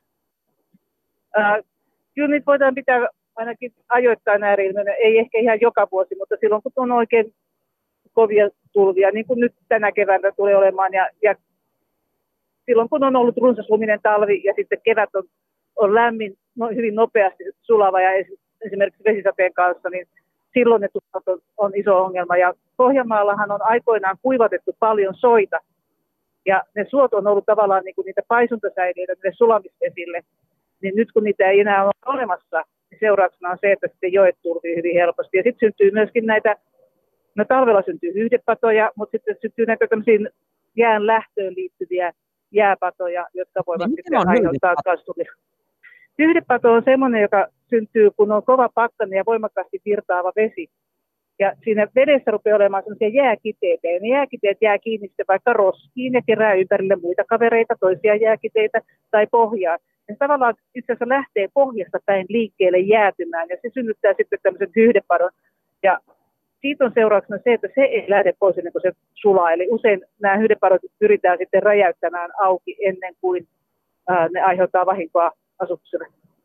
Äh, kyllä niitä voidaan pitää ainakin ajoittain ääri-ilmiönä, ei ehkä ihan joka vuosi, mutta silloin kun on oikein kovia tulvia, niin kuin nyt tänä keväänä tulee olemaan, ja, ja silloin kun on ollut runsasluminen talvi ja sitten kevät on, on lämmin, no, hyvin nopeasti sulava ja esimerkiksi vesisateen kanssa, niin silloin ne tulvat on, on iso ongelma. Ja Pohjanmaallahan on aikoinaan kuivatettu paljon soita, ja ne suot on ollut tavallaan niin kuin niitä paisuntasäiliöitä niille sulamisvesille, niin nyt kun niitä ei enää ole olemassa, niin seurauksena on se, että sitten joet tulvii hyvin helposti. Ja sitten syntyy myöskin näitä, no talvella syntyy hyhdepatoja, mutta sitten syntyy näitä tämmöisiä jään lähtöön liittyviä jääpatoja, jotka voivat niin, sitten aiheuttaa kasvua. Hyhdepato on semmoinen, joka syntyy, kun on kova pakkanen ja voimakkaasti virtaava vesi. Ja siinä vedessä rupeaa olemaan sellaisia jääkiteitä, ja ne jääkiteet jää kiinni sitten vaikka roskiin ja kerää ympärille muita kavereita, toisia jääkiteitä tai pohjaan. Ja se tavallaan itse asiassa lähtee pohjasta päin liikkeelle jäätymään, ja se synnyttää sitten tämmöisen hyhdepadon. Ja siitä on seurauksena se, että se ei lähde pois ennen kuin se sulaa. Eli usein nämä hyhdepadot pyritään sitten räjäyttämään auki ennen kuin ää, ne aiheuttaa vahinkoa asutukselle.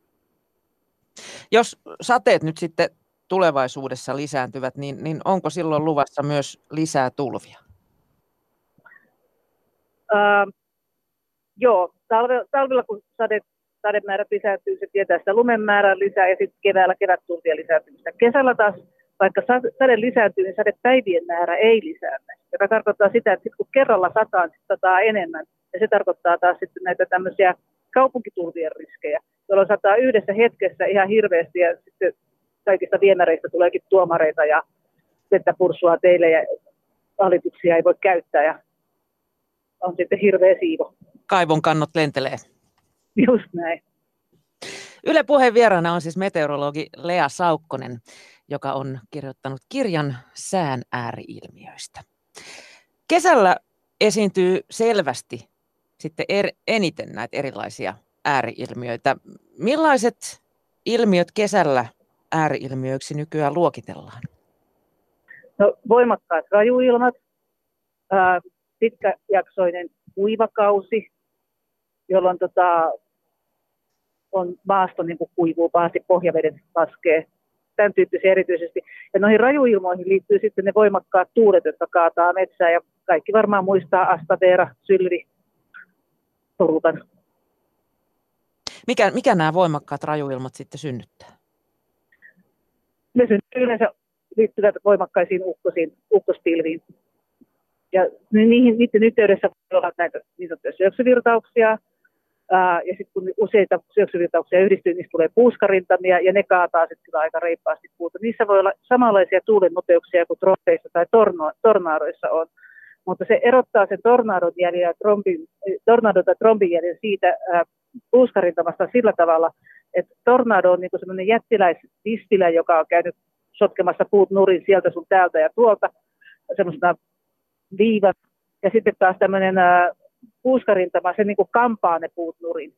Jos sateet nyt sitten tulevaisuudessa lisääntyvät, niin, niin onko silloin luvassa myös lisää tulvia? Ää, joo, talve, talvella kun sade, sademäärät lisääntyy, se tietää sitä lumen määrän lisää ja sitten keväällä kevättulvien lisääntymistä. Kesällä taas, vaikka sade lisääntyy, niin sadepäivien määrä ei lisäänny. Joka tarkoittaa sitä, että sit kun kerralla sataa, niin sataa enemmän. Ja se tarkoittaa taas sitten näitä tämmöisiä kaupunkitulvien riskejä, jolloin sataa yhdessä hetkessä ihan hirveästi ja sitten kaikista viemäreistä tuleekin tuomareita ja vettä pursua teille ja alituksia ei voi käyttää ja on sitten hirveä siivo. Kaivon kannot lentelee. Just näin. Yle Puheen vieraana on siis meteorologi Lea Saukkonen, joka on kirjoittanut kirjan sään ääri-ilmiöistä. Kesällä esiintyy selvästi sitten er, eniten näitä erilaisia ääri-ilmiöitä. Millaiset ilmiöt kesällä ääri-ilmiöiksi nykyään luokitellaan? No, voimakkaat rajuilmat, ää, pitkäjaksoinen kuivakausi, jolloin tota, on maasto niin kuin kuivuu pahasti, pohjavedet laskee, tämän tyyppisiä erityisesti. Ja noihin rajuilmoihin liittyy sitten ne voimakkaat tuulet, jotka kaataa metsää, ja kaikki varmaan muistaa Astaveera, Sylvi, Turutan. Mikä, mikä nämä voimakkaat rajuilmat sitten synnyttää? Ne syntyy yleensä liittyvät voimakkaisiin ukkosiin, ukkospilviin. Ja niihin, niiden yhteydessä voi olla näitä niin sanottuja syöksyvirtauksia. Ää, ja sitten kun useita syöksyvirtauksia yhdistyy, niistä tulee puuskarintamia ja ne kaataa sitten aika reippaasti puuta. Niissä voi olla samanlaisia tuulen nopeuksia kuin trombeissa tai torno, tornaadoissa on. Mutta se erottaa sen tornadon jäljen ja trombin, tornadon tai trombin jäljen siitä ää, puuskarintamasta sillä tavalla, että tornado on niin kuin semmoinen jättiläisvistilä, joka on käynyt sotkemassa puut nurin sieltä sun täältä ja tuolta, semmoisena viivan. Ja sitten taas tämmöinen ää, puuskarintama, se niin kuin kampaa ne puut nurin.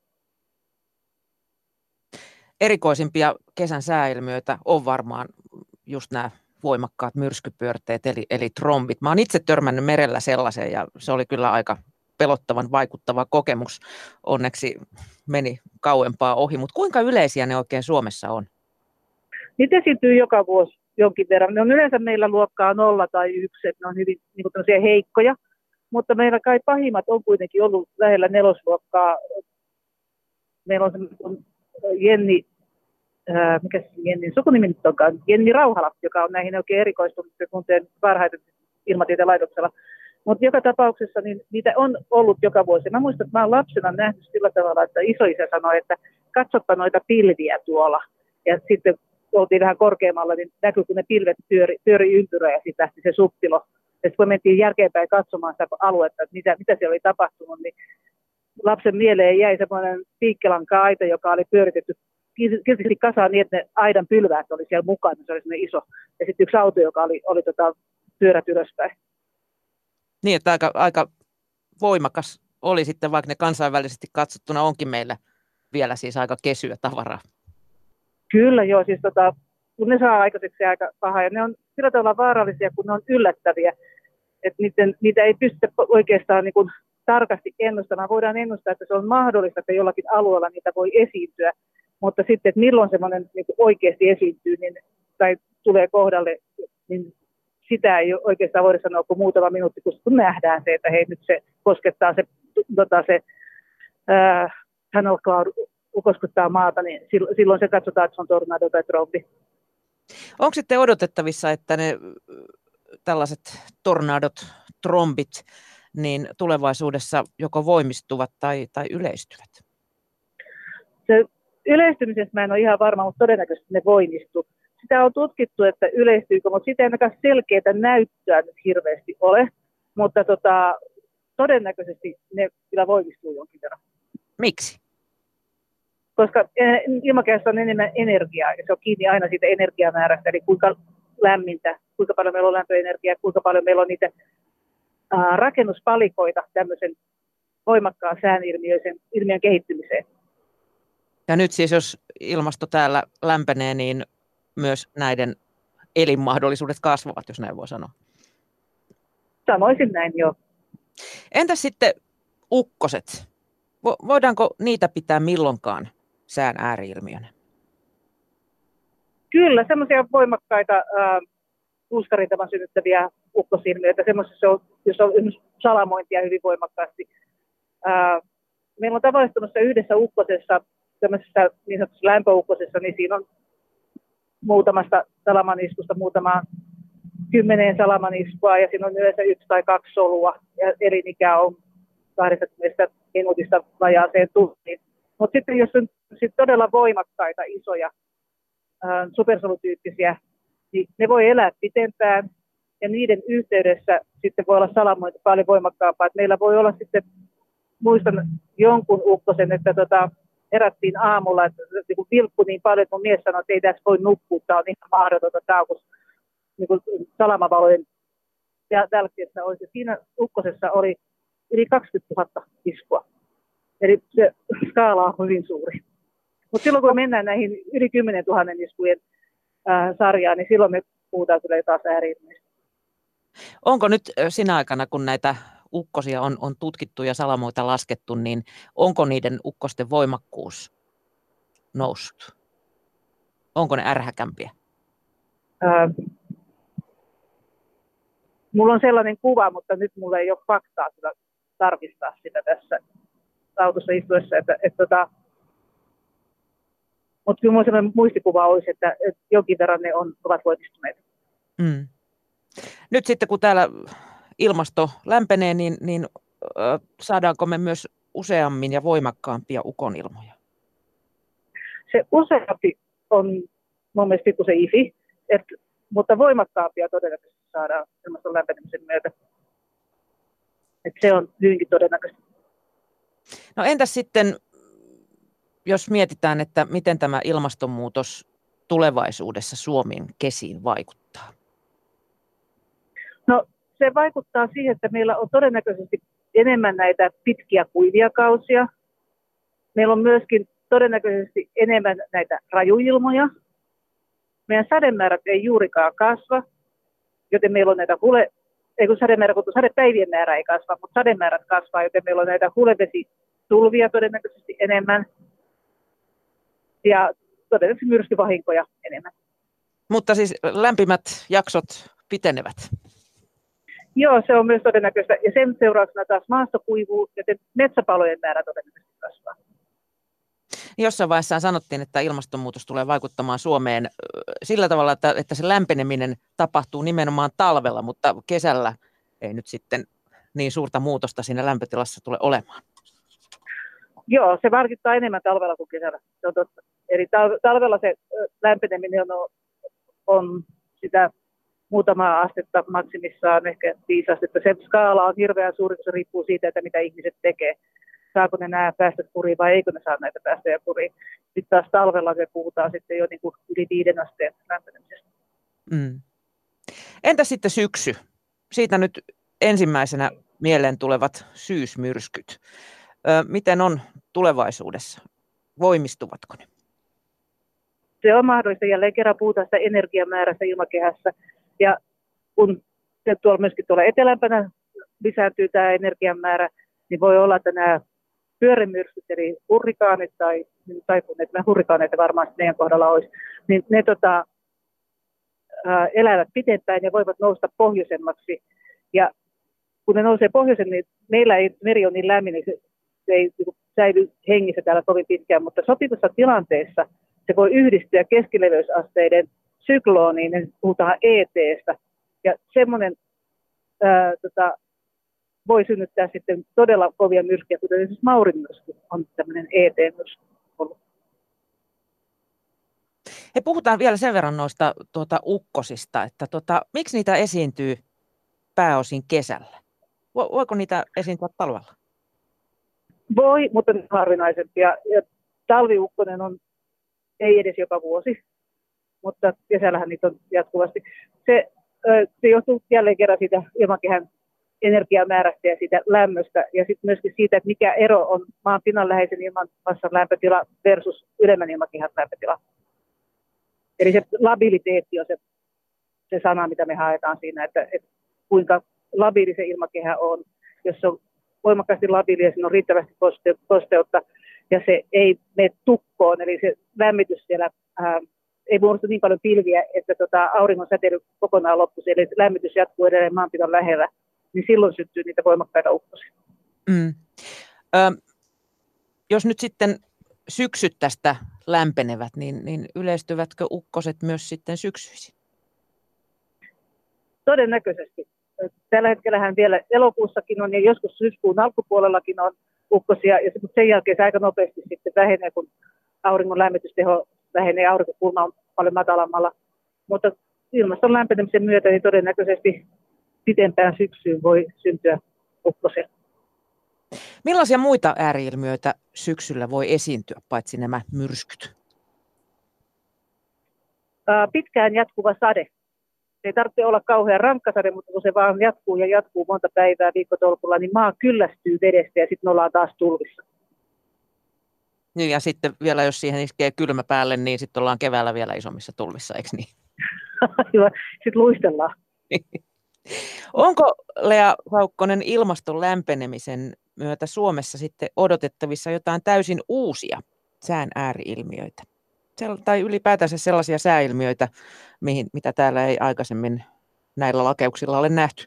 Erikoisimpia kesän sääilmiöitä on varmaan just nämä voimakkaat myrskypyörteet, eli, eli trombit. Mä oon itse törmännyt merellä sellaiseen, ja se oli kyllä aika pelottavan vaikuttava kokemus. Onneksi meni kauempaa ohi, mutta kuinka yleisiä ne oikein Suomessa on? Niitä esiintyy joka vuosi jonkin verran. Ne on yleensä meillä luokkaa nolla tai yksi, että ne on hyvin niin kuin heikkoja, mutta meillä kai pahimmat on kuitenkin ollut lähellä nelosluokkaa. Meillä on semmoinen Jenni, ää, mikä se Jennin sukunimi nyt onkaan, Jenni Rauhala, joka on näihin oikein erikoistunut ja tuntee parhaiten ilmatieteen laitoksella. Mutta joka tapauksessa niin niitä on ollut joka vuosi. Mä muistan, että mä olen lapsena nähnyt sillä tavalla, että isoisä sanoi, että katsoppa noita pilviä tuolla. Ja sitten oltiin vähän korkeammalla, niin näkyy, kun ne pilvet pyöri, pyöri ympyrää ja sitten lähti se suppilo. Ja sitten kun mentiin jälkeenpäin katsomaan sitä aluetta, että mitä, mitä siellä oli tapahtunut, niin lapsen mieleen jäi semmoinen piikkelanka aita, joka oli pyöritetty kiltisti kasaan niin, että ne aidan pylväät oli siellä mukana, se oli semmoinen iso. Ja sitten yksi auto, joka oli, oli tota, pyörät ylöspäin. Niin, että aika, aika voimakas oli sitten, vaikka ne kansainvälisesti katsottuna onkin meillä vielä siis aika kesyä tavaraa. Kyllä joo, siis tota, kun ne saa aikaiseksi aika pahaa, ja ne on sillä tavalla vaarallisia, kun ne on yllättäviä, että niiden, niitä ei pystytä oikeastaan niin kuin tarkasti ennustamaan. Voidaan ennustaa, että se on mahdollista, että jollakin alueella niitä voi esiintyä, mutta sitten, että milloin semmoinen niin kuin oikeasti esiintyy niin, tai tulee kohdalle, niin sitä ei oikeastaan voida sanoa kuin muutama minuutti, kun nähdään se, että hei, nyt se koskettaa se, tota, se ää, tunnel cloud koskettaa maata, niin silloin se katsotaan, että se on tornado tai trombi. Onko sitten odotettavissa, että ne tällaiset tornadot, trombit, niin tulevaisuudessa joko voimistuvat tai, tai yleistyvät? Se yleistymisestä mä en ole ihan varma, mutta todennäköisesti ne voimistuu. Sitä on tutkittu, että yleistyykö, mutta sitä ei ainakaan selkeää näyttöä nyt hirveästi ole, mutta tota, todennäköisesti ne kyllä voimistuu jonkin verran. Miksi? Koska ilmakehässä on enemmän energiaa, ja se on kiinni aina siitä energiamäärästä, eli kuinka lämmintä, kuinka paljon meillä on lämpöenergiaa, kuinka paljon meillä on niitä ää, rakennuspalikoita tämmöisen voimakkaan säänilmiön ilmiön kehittymiseen. Ja nyt siis, jos ilmasto täällä lämpenee, niin myös näiden elinmahdollisuudet kasvavat, jos näin voi sanoa. Sanoisin näin, joo. Entäs sitten ukkoset? Voidaanko niitä pitää milloinkaan sään ääri-ilmiönä? Kyllä, semmoisia voimakkaita äh, puuskarintavan synnyttäviä ukkosilmiöitä, semmoisessa, jos on salamointia hyvin voimakkaasti. Äh, meillä on tavallistumassa yhdessä ukkosessa, tämmöisessä niin sanotussa lämpöukkosessa, niin siinä on muutamasta salamaniskusta muutama kymmeneen salamaniskua, ja siinä on yleensä yksi tai kaksi solua, ja elinikä on kaksikymmentä minuutista vajaaseen tuntiin. Mutta sitten jos on sit todella voimakkaita, isoja, ää, supersolutyyppisiä, niin ne voi elää pitempään, ja niiden yhteydessä sitten voi olla salamointi paljon voimakkaampaa. Et meillä voi olla sitten, muistan jonkun ukkosen, että tota, herättiin aamulla, että niin vilkku niin paljon, että mun mies sanoi, että ei tässä voi nukkua, tämä on ihan mahdotonta, tämä on niin kuin salamavalojen jälkeessä oli. Siinä ukkosessa oli yli kaksikymmentätuhatta iskua. Eli se skaala on hyvin suuri. Mutta silloin kun mennään näihin yli kymmenentuhatta iskujen ää, sarjaan, niin silloin me puhutaan kyllä taas ääri-ilmiöistä. Onko nyt sinä aikana, kun näitä ukkosia on, on tutkittu ja salamoita laskettu, niin onko niiden ukkosten voimakkuus noussut? Onko ne ärhäkämpiä? Ää, mulla on sellainen kuva, mutta nyt mulla ei ole faktaa kyllä tarkistaa sitä tässä autossa istuessa, että, että, että mutta kyllä minulla sellainen muistikuva olisi, että, että jonkin verran ne on, ovat voimistuneet. Mm. Nyt sitten kun täällä ilmasto lämpenee, niin, niin äh, saadaanko me myös useammin ja voimakkaampia ukonilmoja? Se useampi on mun mielestä pikku se ifi, että, mutta voimakkaampia todennäköisesti saadaan ilmaston lämpenemisen myötä. Että se on hyvinkin todennäköistä. No entäs sitten, jos mietitään, että miten tämä ilmastonmuutos tulevaisuudessa Suomen kesiin vaikuttaa? No se vaikuttaa siihen, että meillä on todennäköisesti enemmän näitä pitkiä kuivia kausia. Meillä on myöskin todennäköisesti enemmän näitä rajuilmoja. Meidän sademäärät ei juurikaan kasva, joten meillä on näitä hule, ei kun sademäärä, kun sadepäivien määrä ei kasva, mutta sademäärät kasvaa, joten meillä on näitä hulevesitulvia todennäköisesti enemmän ja todennäköisesti myrskyvahinkoja enemmän. Mutta siis lämpimät jaksot pitenevät. Joo, se on myös todennäköistä. Ja sen seurauksena taas maasto kuivuu, joten metsäpalojen määrä todennäköisesti kasvaa. Jossain vaiheessa sanottiin, että ilmastonmuutos tulee vaikuttamaan Suomeen sillä tavalla, että, että se lämpeneminen tapahtuu nimenomaan talvella, mutta kesällä ei nyt sitten niin suurta muutosta siinä lämpötilassa tule olemaan. Joo, se vaikuttaa enemmän talvella kuin kesällä. Se on totta. Eli talvella se lämpeneminen on, on sitä muutamaa astetta maksimissaan, ehkä viisi astetta. Se skaala on hirveän suuri, kun se riippuu siitä, että mitä ihmiset tekee. Saako ne nämä päästöt kuriin vai eikö ne saa näitä päästöjä kuriin. Sitten taas talvella me puhutaan sitten jo niin kuin yli viiden asteen lämpenemisestä. Mm. Entä sitten syksy? Siitä nyt ensimmäisenä mieleen tulevat syysmyrskyt. Ö, miten on tulevaisuudessa? Voimistuvatko ne? Se on mahdollista. Jälleen kerran puhutaan sitä energiamäärässä ilmakehässä. Ja kun se tuolla myöskin tuolla etelämpänä lisääntyy tämä energiamäärä, niin voi olla, että nämä pyörimyrskyt, eli hurrikaanit tai taifuneet, nämä hurrikaaneita varmaan meidän kohdalla olisi, niin ne tota, ää, elävät pitempään ja voivat nousta pohjoisemmaksi. Ja kun ne nousee pohjoisen, niin meillä ei meri on niin lämmin, niin se, se ei niin säily hengissä täällä kovin pitkään, mutta sopivassa tilanteessa se voi yhdistyä keskileveysasteiden syklooniin, niin puhutaan E T:stä. Ja semmoinen ää, tota, voi synnyttää sitten todella kovia myrskyjä, kuten esimerkiksi Maurin myrsky on tämmöinen E T-myrsky ollut. He puhutaan vielä sen verran noista tuota, ukkosista, että tuota, miksi niitä esiintyy pääosin kesällä? Voiko niitä esiintyä talvella? Voi, mutta ne on harvinaisempia. Ja talviukkonen on ei edes joka vuosi, mutta kesällähän niitä on jatkuvasti. Se, se johtuu jälleen kerran siitä ilmakehän energiamäärästä ja siitä lämmöstä ja sitten myöskin siitä, että mikä ero on maan pinnanläheisen ilmanmassan lämpötila versus ylemmän ilmakehän lämpötila. Eli se labiliteetti on se, se sana, mitä me haetaan siinä, että, että kuinka labiili se ilmakehä on. Jos se on voimakkaasti labiili ja siinä on riittävästi koste- kosteutta ja se ei mene tukkoon, eli se lämmitys siellä ää, ei muodostu niin paljon pilviä, että tota, auringon säteily kokonaan loppuisi, eli lämmitys jatkuu edelleen maanpinnan lähellä, niin silloin syntyy niitä voimakkaita ukkosia. Mm. Ö, jos nyt sitten syksyt tästä lämpenevät, niin, niin yleistyvätkö ukkoset myös sitten syksyisin? Todennäköisesti. Tällä hetkellähän vielä elokuussakin on ja joskus syyskuun alkupuolellakin on ukkosia, ja sen jälkeen se aika nopeasti sitten vähenee, kun auringon lämmitysteho vähenee, aurinkokulma on paljon matalammalla. Mutta ilmaston lämpenemisen myötä niin todennäköisesti pitempään syksyyn voi syntyä ukkosia. Millaisia muita ääriilmiöitä syksyllä voi esiintyä, paitsi nämä myrskyt? Pitkään jatkuva sade. Se ei tarvitse olla kauhean rankka sade, mutta kun se vaan jatkuu ja jatkuu monta päivää viikkotolkulla, niin maa kyllästyy vedestä ja sitten me ollaan taas tulvissa. Niin, ja sitten vielä jos siihen iskee kylmä päälle, niin sitten ollaan keväällä vielä isommissa tulvissa, eikö niin? Sitten luistellaan. Onko, Lea Saukkonen, ilmaston lämpenemisen myötä Suomessa sitten odotettavissa jotain täysin uusia sään ääriilmiöitä? Tai ylipäätänsä sellaisia sääilmiöitä, mihin, mitä täällä ei aikaisemmin näillä lakeuksilla ole nähty?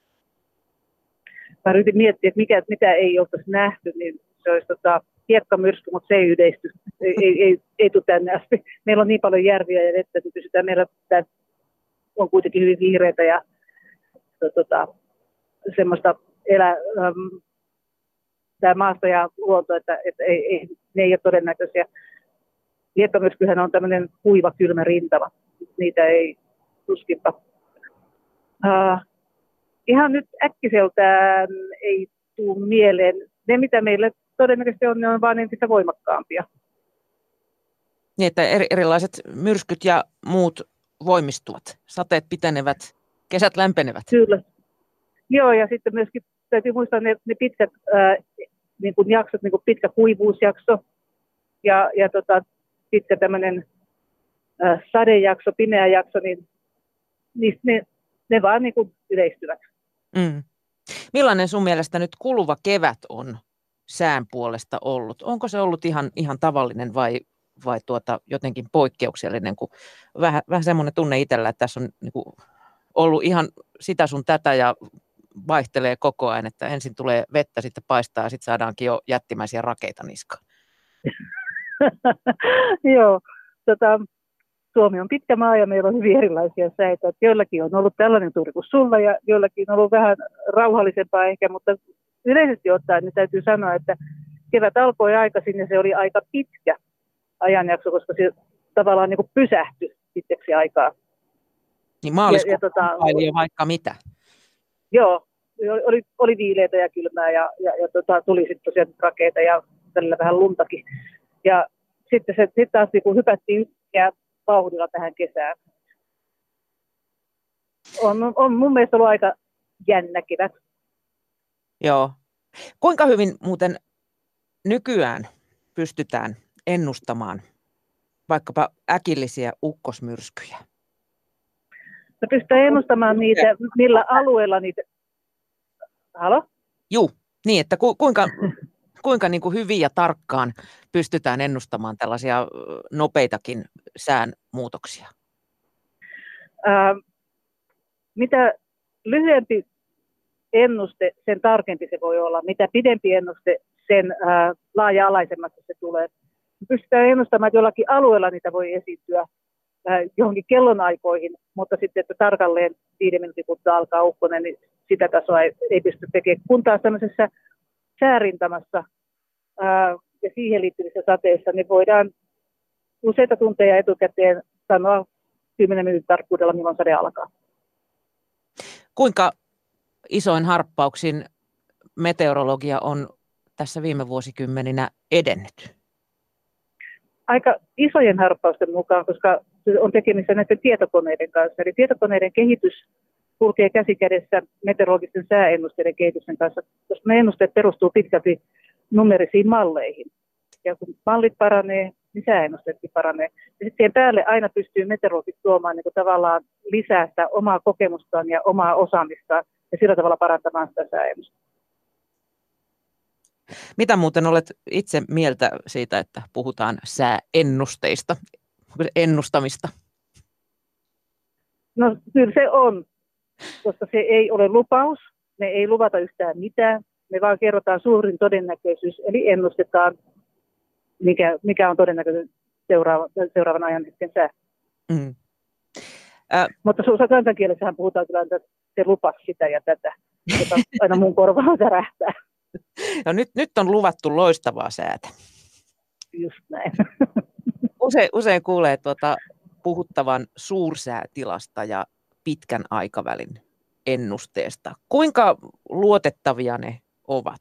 Mä yritin miettiä, että mikä, mitä ei oltaisi nähty, niin se olisi tota, hiekkamyrsky, mutta se ei yleisty. Ei, ei, ei, ei tule tänne asti. Meillä on niin paljon järviä ja vettä, että pysytään, meillä on kuitenkin hyvin vihreitä ja tota, semmoista elä, äm, tämä maasto ja luonto, että, että ei, ei, ne ei ole todennäköisiä. Hiekkamyrskyhän on tämmöinen kuiva, kylmä rintama. Niitä ei tuskinpa. Uh, ihan nyt äkkiseltään ei tule mieleen. Ne, mitä meillä todennäköisesti on, ne on vain entistä voimakkaampia. Niin, että erilaiset myrskyt ja muut voimistuvat. Sateet pitenevät, kesät lämpenevät. Kyllä. Joo, ja sitten myöskin täytyy muistaa ne, ne pitkät ää, niin kuin jaksot, niin kuin pitkä kuivuusjakso ja, ja tota, pitkä tämmöinen ää, sadejakso, pimeä jakso, niin niistä ne, ne vaan niin kuin yleistyvät. Mm. Millainen sun mielestä nyt kuluva kevät on sään puolesta ollut? Onko se ollut ihan, ihan tavallinen vai, vai tuota, jotenkin poikkeuksellinen? Kun vähän, vähän semmoinen tunne itsellä, että tässä on niin kuin ollut ihan sitä sun tätä ja vaihtelee koko ajan, että ensin tulee vettä, sitten paistaa ja sitten saadaankin jo jättimäisiä rakeita niskaan. Joo, tota, Suomi on pitkä maa ja meillä on hyvin erilaisia säitä. Joillakin on ollut tällainen tuuri kuin sulla ja joillakin on ollut vähän rauhallisempaa ehkä, mutta yleisesti ottaen niin täytyy sanoa, että kevät alkoi aikaisin ja se oli aika pitkä ajanjakso, koska se tavallaan niin kuin pysähtyi pitkäksi aikaa. Niin maaliskuun tota, jo vaikka mitä. Joo, oli, oli viileitä ja kylmää ja, ja, ja tota, tuli sitten tosiaan rakeita ja tällä vähän luntakin. Ja sitten se sit taas niin hypättiin yhtäkkiä vauhdilla tähän kesään. On, on mun mielestä ollut aika jännä kevät. Joo. Kuinka hyvin muuten nykyään pystytään ennustamaan vaikkapa äkillisiä ukkosmyrskyjä? Me pystytään ennustamaan niitä, millä alueella niitä... Halo? Juu, niin että ku, kuinka, kuinka niin kuin hyvin ja tarkkaan pystytään ennustamaan tällaisia nopeitakin säänmuutoksia? Ää, mitä lyhyempi ennuste, sen tarkempi se voi olla. Mitä pidempi ennuste, sen ää, laaja-alaisemmaksi se tulee. Me pystytään ennustamaan, että jollakin alueella niitä voi esiintyä ää, johonkin kellonaikoihin, mutta sitten, että tarkalleen viiden minuutin kuluttua alkaa ukkonen, niin sitä tasoa ei, ei pysty tekemään. Kun taas tämmöisessä säärintamassa ää, ja siihen liittyvissä sateissa, niin voidaan useita tunteja etukäteen sanoa kymmenen minuutin tarkkuudella, milloin sade alkaa. Kuinka isoin harppauksin meteorologia on tässä viime vuosikymmeninä edennyt? Aika isojen harppausten mukaan, koska on tekemistä näiden tietokoneiden kanssa. Eli tietokoneiden kehitys kulkee käsi kädessä meteorologisten sääennusteiden kehityksen kanssa, koska ne ennusteet perustuu pitkälti numerisiin malleihin. Ja kun mallit paranee, niin sääennusteetkin paranee. Ja sitten siihen päälle aina pystyy meteorologit tuomaan niin kuin tavallaan lisää sitä omaa kokemustaan ja omaa osaamistaan ja sillä tavalla parantamaan sitä sääennusta. Mitä muuten olet itse mieltä siitä, että puhutaan sääennusteista, ennustamista? No kyllä se on, koska se ei ole lupaus, me ei luvata yhtään mitään, me vaan kerrotaan suurin todennäköisyys, eli ennustetaan, mikä, mikä on todennäköinen seuraava, seuraavan ajan hetken sää. Mm. Äh. Mutta suussa kansankielessähän puhutaan kyllä, että se lupasi sitä ja tätä, jota aina mun korvaan särähtää. No nyt, nyt on luvattu loistavaa säätä. Just näin. Usein, usein kuulee tuota puhuttavan suursäätilasta ja pitkän aikavälin ennusteesta. Kuinka luotettavia ne ovat?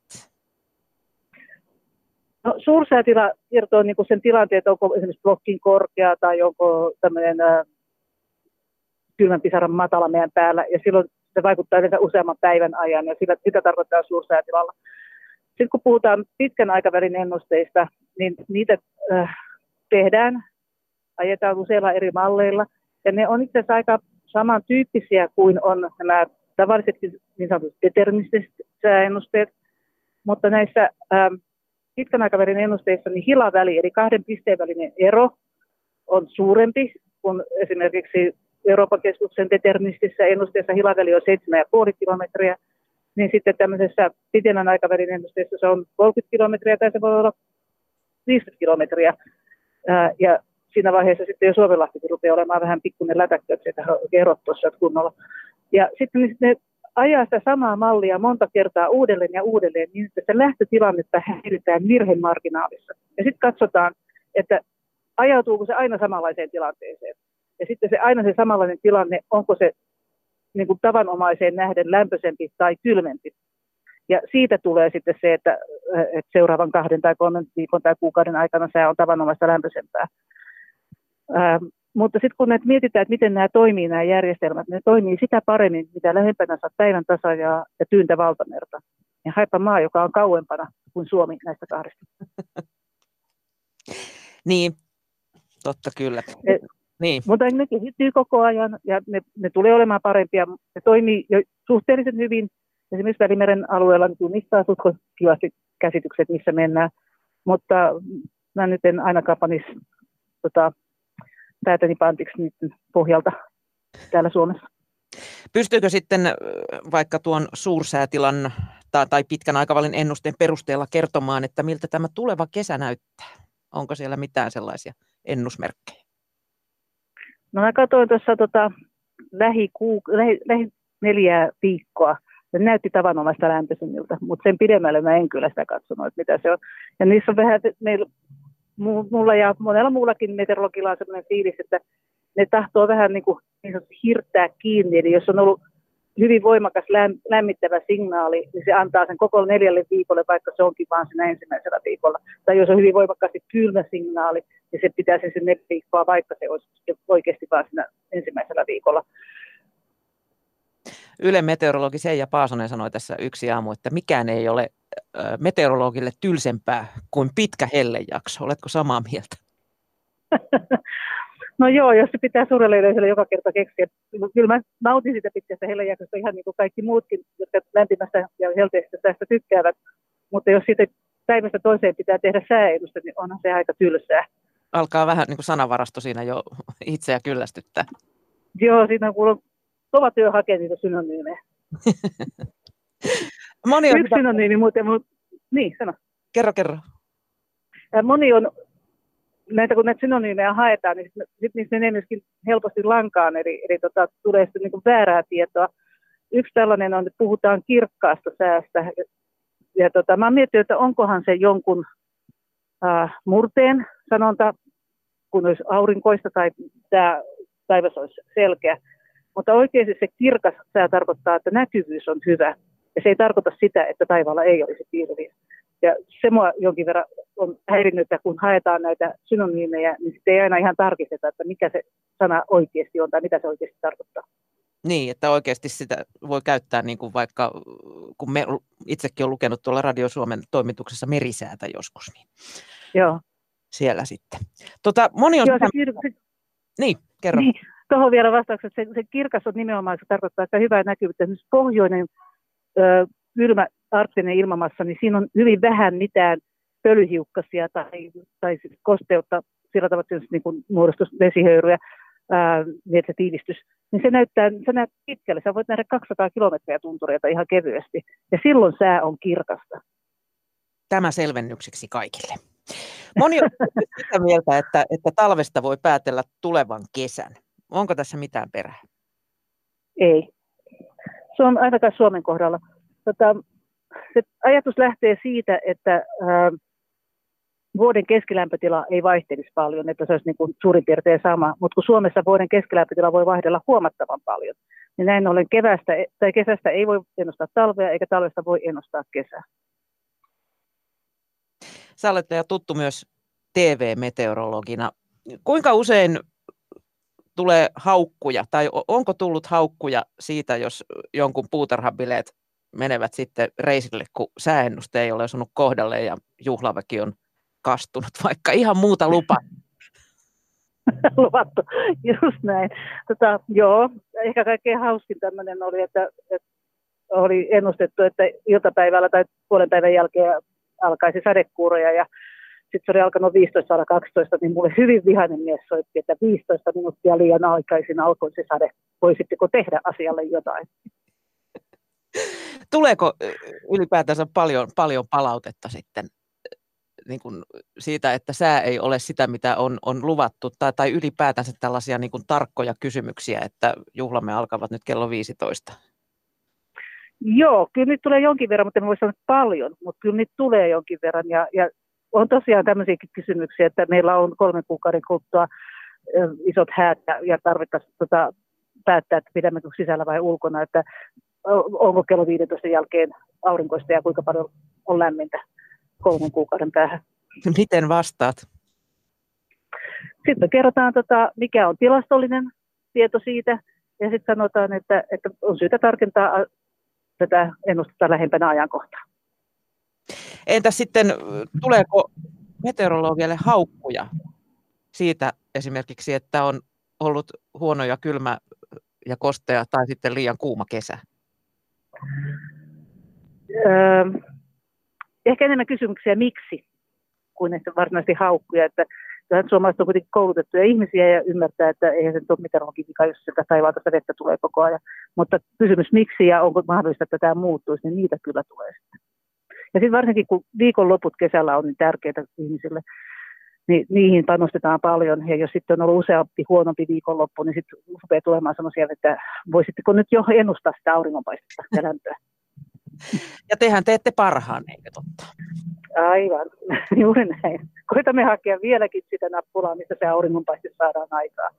No, suursäätila kertoo niin kuin sen tilanteen, että onko esimerkiksi blokkin korkea tai onko tämmöinen äh, kylmän pisaran matala meidän päällä. Ja silloin se vaikuttaa yleensä useamman päivän ajan ja sitä, sitä tarkoittaa suursäätilalla. Sitten kun puhutaan pitkän aikavälin ennusteista, niin niitä äh, tehdään, ajetaan useilla eri malleilla. Ja ne on itse asiassa aika samantyyppisiä kuin on nämä tavalliset niin sanotut deterministiset sääennusteet. Mutta näissä äh, pitkän aikavälin ennusteissa niin hilaväli, eli kahden pisteen välinen ero on suurempi kuin esimerkiksi Euroopan keskuksen deterministisessä ennusteessa hilaväli on seitsemän pilkku viisi kilometriä. Niin sitten tämmöisessä pitemmän aikavälin ennusteessa se on kolmekymmentä kilometriä tai se voi olla viisikymmentä kilometriä. Ää, ja siinä vaiheessa sitten jo Suomenlahtikin rupeaa olemaan vähän pikkuinen lätäkkö, että sieltä oikein erot tuossa kunnolla. Ja sitten ne ajaa sitä samaa mallia monta kertaa uudelleen ja uudelleen, niin että se lähtötilannetta häiritään virhemarginaalissa. Ja sitten katsotaan, että ajautuuko se aina samanlaiseen tilanteeseen. Ja sitten se aina se samanlainen tilanne, onko se niin kuin tavanomaiseen nähden lämpöisempi tai kylmempi. Ja siitä tulee sitten se, että, että seuraavan kahden tai kolmen viikon tai kuukauden aikana sää on tavanomaista lämpöisempää. Ähm, mutta sitten kun me mietitään, että miten nämä toimii, nämä järjestelmät, ne toimii sitä paremmin, mitä lähempänä saat päivän tasajaa ja tyyntä valtamerta. Ja haepa maa, joka on kauempana kuin Suomi näistä kahdesta. Niin, totta kyllä. Et, niin. Mutta ne kehittyy koko ajan ja ne, ne tulee olemaan parempia. Ne toimii jo suhteellisen hyvin. Esimerkiksi Välimeren alueella niin tunnistaa suht kivasti käsitykset, missä mennään. Mutta mä nyt en ainakaan panisi tota, päätäni pantiksi nyt pohjalta täällä Suomessa. Pystyykö sitten vaikka tuon suursäätilan tai, tai pitkän aikavälin ennusteen perusteella kertomaan, että miltä tämä tuleva kesä näyttää? Onko siellä mitään sellaisia ennusmerkkejä? No mä katsoin tuossa tota, lähi, lähi, lähi neljää viikkoa. Se näytti tavanomaista lämpöisemmiltä, mutta sen pidemmälle mä en kyllä sitä katsonut, että mitä se on. Ja niissä on vähän, meillä, mulla ja monella muullakin meteorologilla on sellainen fiilis, että ne tahtoo vähän niin kuin niin hirttää kiinni. Eli jos on ollut hyvin voimakas lämmittävä signaali, niin se antaa sen koko neljälle viikolle, vaikka se onkin vaan siinä ensimmäisellä viikolla. Tai jos on hyvin voimakkaasti kylmä signaali, niin se pitää sen neljä viikkoa, vaikka se olisi oikeasti vaan siinä ensimmäisellä viikolla. Ylen meteorologi Seija Paasonen sanoi tässä yksi aamu, että mikään ei ole meteorologille tylsempää kuin pitkä hellejakso. Oletko samaa mieltä? No joo, jos se pitää suurelle yleisölle joka kerta keksiä. Kyllä mä nautin sitä pitkästä hellejaksosta ihan niin kuin kaikki muutkin, jotka lämpimästä ja helteistä säästä tykkäävät. Mutta jos siitä päivästä toiseen pitää tehdä sääennuste, niin onhan se aika tylsää. Alkaa vähän niin kuin sanavarasto siinä jo itseä kyllästyttää. Joo, siinä on kuullut kova työ hakea niitä synonyymejä. Moni on Yksi sitä... synonyymi muuten, mutta niin, sano. Kerro, kerro. Moni on, näitä kun näitä synonyymejä haetaan, niin sitten sit niistä menee myöskin helposti lankaan, eli, eli tota, tulee sitten niin kuin väärää tietoa. Yksi tällainen on, että puhutaan kirkkaasta säästä. Ja, ja tota, mä oon miettinyt, että onkohan se jonkun äh, murteen sanonta, kun olisi aurinkoista tai tämä taivas olisi selkeä. Mutta oikeasti se kirkas sää tarkoittaa, että näkyvyys on hyvä. Ja se ei tarkoita sitä, että taivaalla ei olisi pilviä. Ja se mua jonkin verran on häirinnyt, että kun haetaan näitä synonyymejä, niin sitten ei aina ihan tarkisteta, että mikä se sana oikeasti on tai mitä se oikeasti tarkoittaa. Niin, että oikeasti sitä voi käyttää niin kuin vaikka, kun me itsekin olen lukenut tuolla Radio Suomen toimituksessa merisäätä joskus, niin Joo. Siellä sitten. Tota, moni on... Joo, se kir... Niin, kerro. Niin. Tuohon vielä vastaukset. Se, se kirkas on nimenomaan, se tarkoittaa sitä hyvää näkyvyyttä. Esimerkiksi pohjoinen ö, kylmä arktinen ilmamassa, niin siinä on hyvin vähän mitään pölyhiukkasia tai, tai kosteutta sillä tavalla, että niin kuin muodostus vesihöyryjä, ää, niin että se tiivistys. Niin se näyttää, se näyttää pitkälle. Sä voit nähdä kaksisataa kilometriä tuntureita ihan kevyesti. Ja silloin sää on kirkasta. Tämä selvennykseksi kaikille. Moni on sitä mieltä, että, että talvesta voi päätellä tulevan kesän. Onko tässä mitään perää? Ei. Se on ainakaan Suomen kohdalla. Tota, se ajatus lähtee siitä, että ää, vuoden keskilämpötila ei vaihtelisi paljon, että se olisi niin kuin suurin piirtein sama. Mutta kun Suomessa vuoden keskilämpötila voi vaihdella huomattavan paljon, niin näin ollen kevästä, tai kesästä ei voi ennustaa talvea, eikä talvesta voi ennustaa kesää. Sä olet ja tuttu myös T V-meteorologina. Kuinka usein tulee haukkuja, tai onko tullut haukkuja siitä, jos jonkun puutarhabileet menevät sitten reisille, kun sääennuste ei ole osunut kohdalle ja juhlaväki on kastunut, vaikka ihan muuta lupaa? Luvattu, just näin. Tota, joo, ehkä kaikkein hauskin tämmöinen oli, että, että oli ennustettu, että iltapäivällä tai puolen päivän jälkeen alkaisi sadekuuroja ja sitten se oli alkanut viisitoista kaksitoista, niin mulle hyvin vihainen mies soitti, että viisitoista minuuttia liian aikaisin alkoi se sade. Voisitteko tehdä asialle jotain? Tuleeko ylipäätänsä paljon, paljon palautetta sitten niin kuin siitä, että sää ei ole sitä, mitä on, on luvattu, tai, tai ylipäätänsä tällaisia niin kuin tarkkoja kysymyksiä, että juhlamme alkavat nyt kello viisitoista? Joo, kyllä nyt tulee jonkin verran, mutta en voi sanoa paljon, mutta kyllä nyt tulee jonkin verran. Ja, ja on tosiaan tämmöisiäkin kysymyksiä, että meillä on kolmen kuukauden kuluttua isot häät ja, ja tarvittaisiin tota, päättää, että pidämmekö sisällä vai ulkona, että onko kello viisitoista jälkeen aurinkoista ja kuinka paljon on lämmintä kolmen kuukauden päähän. Miten vastaat? Sitten kerrotaan, tota, mikä on tilastollinen tieto siitä, ja sitten sanotaan, että, että on syytä tarkentaa tätä ennustetta lähempänä ajankohtaa. Entä sitten, tuleeko meteorologialle haukkuja siitä esimerkiksi, että on ollut huono ja kylmä ja kostea tai sitten liian kuuma kesä? Öö, ehkä enemmän kysymyksiä miksi kuin ehkä varsinaisesti haukkuja. Että suomalaiset on kuitenkin koulutettuja ihmisiä ja ymmärtää, että eihän se ole meteorologin vika, jos sieltä taivaalta sitä vettä tulee koko ajan. Mutta kysymys miksi ja onko mahdollista, että tämä muuttuisi, niin niitä kyllä tulee sitten. Ja sitten varsinkin kun viikonloput kesällä on niin tärkeitä ihmisille, niin niihin panostetaan paljon. Ja jos sitten on ollut useampi huonompi viikonloppu, niin sitten rupeaa tulemaan sellaisia, että voisitteko nyt jo ennustaa sitä auringonpaistetta ja lämpöä. Ja tehän teette parhaan, eikö totta? Aivan, juuri näin. Koitamme hakea vieläkin sitä nappulaa, mistä se auringonpaiste saadaan aikaan.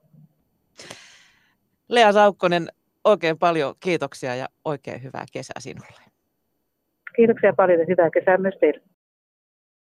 Lea Saukkonen, oikein paljon kiitoksia ja oikein hyvää kesää sinulle. Kiitoksia paljon ja hyvää kesää myös teille.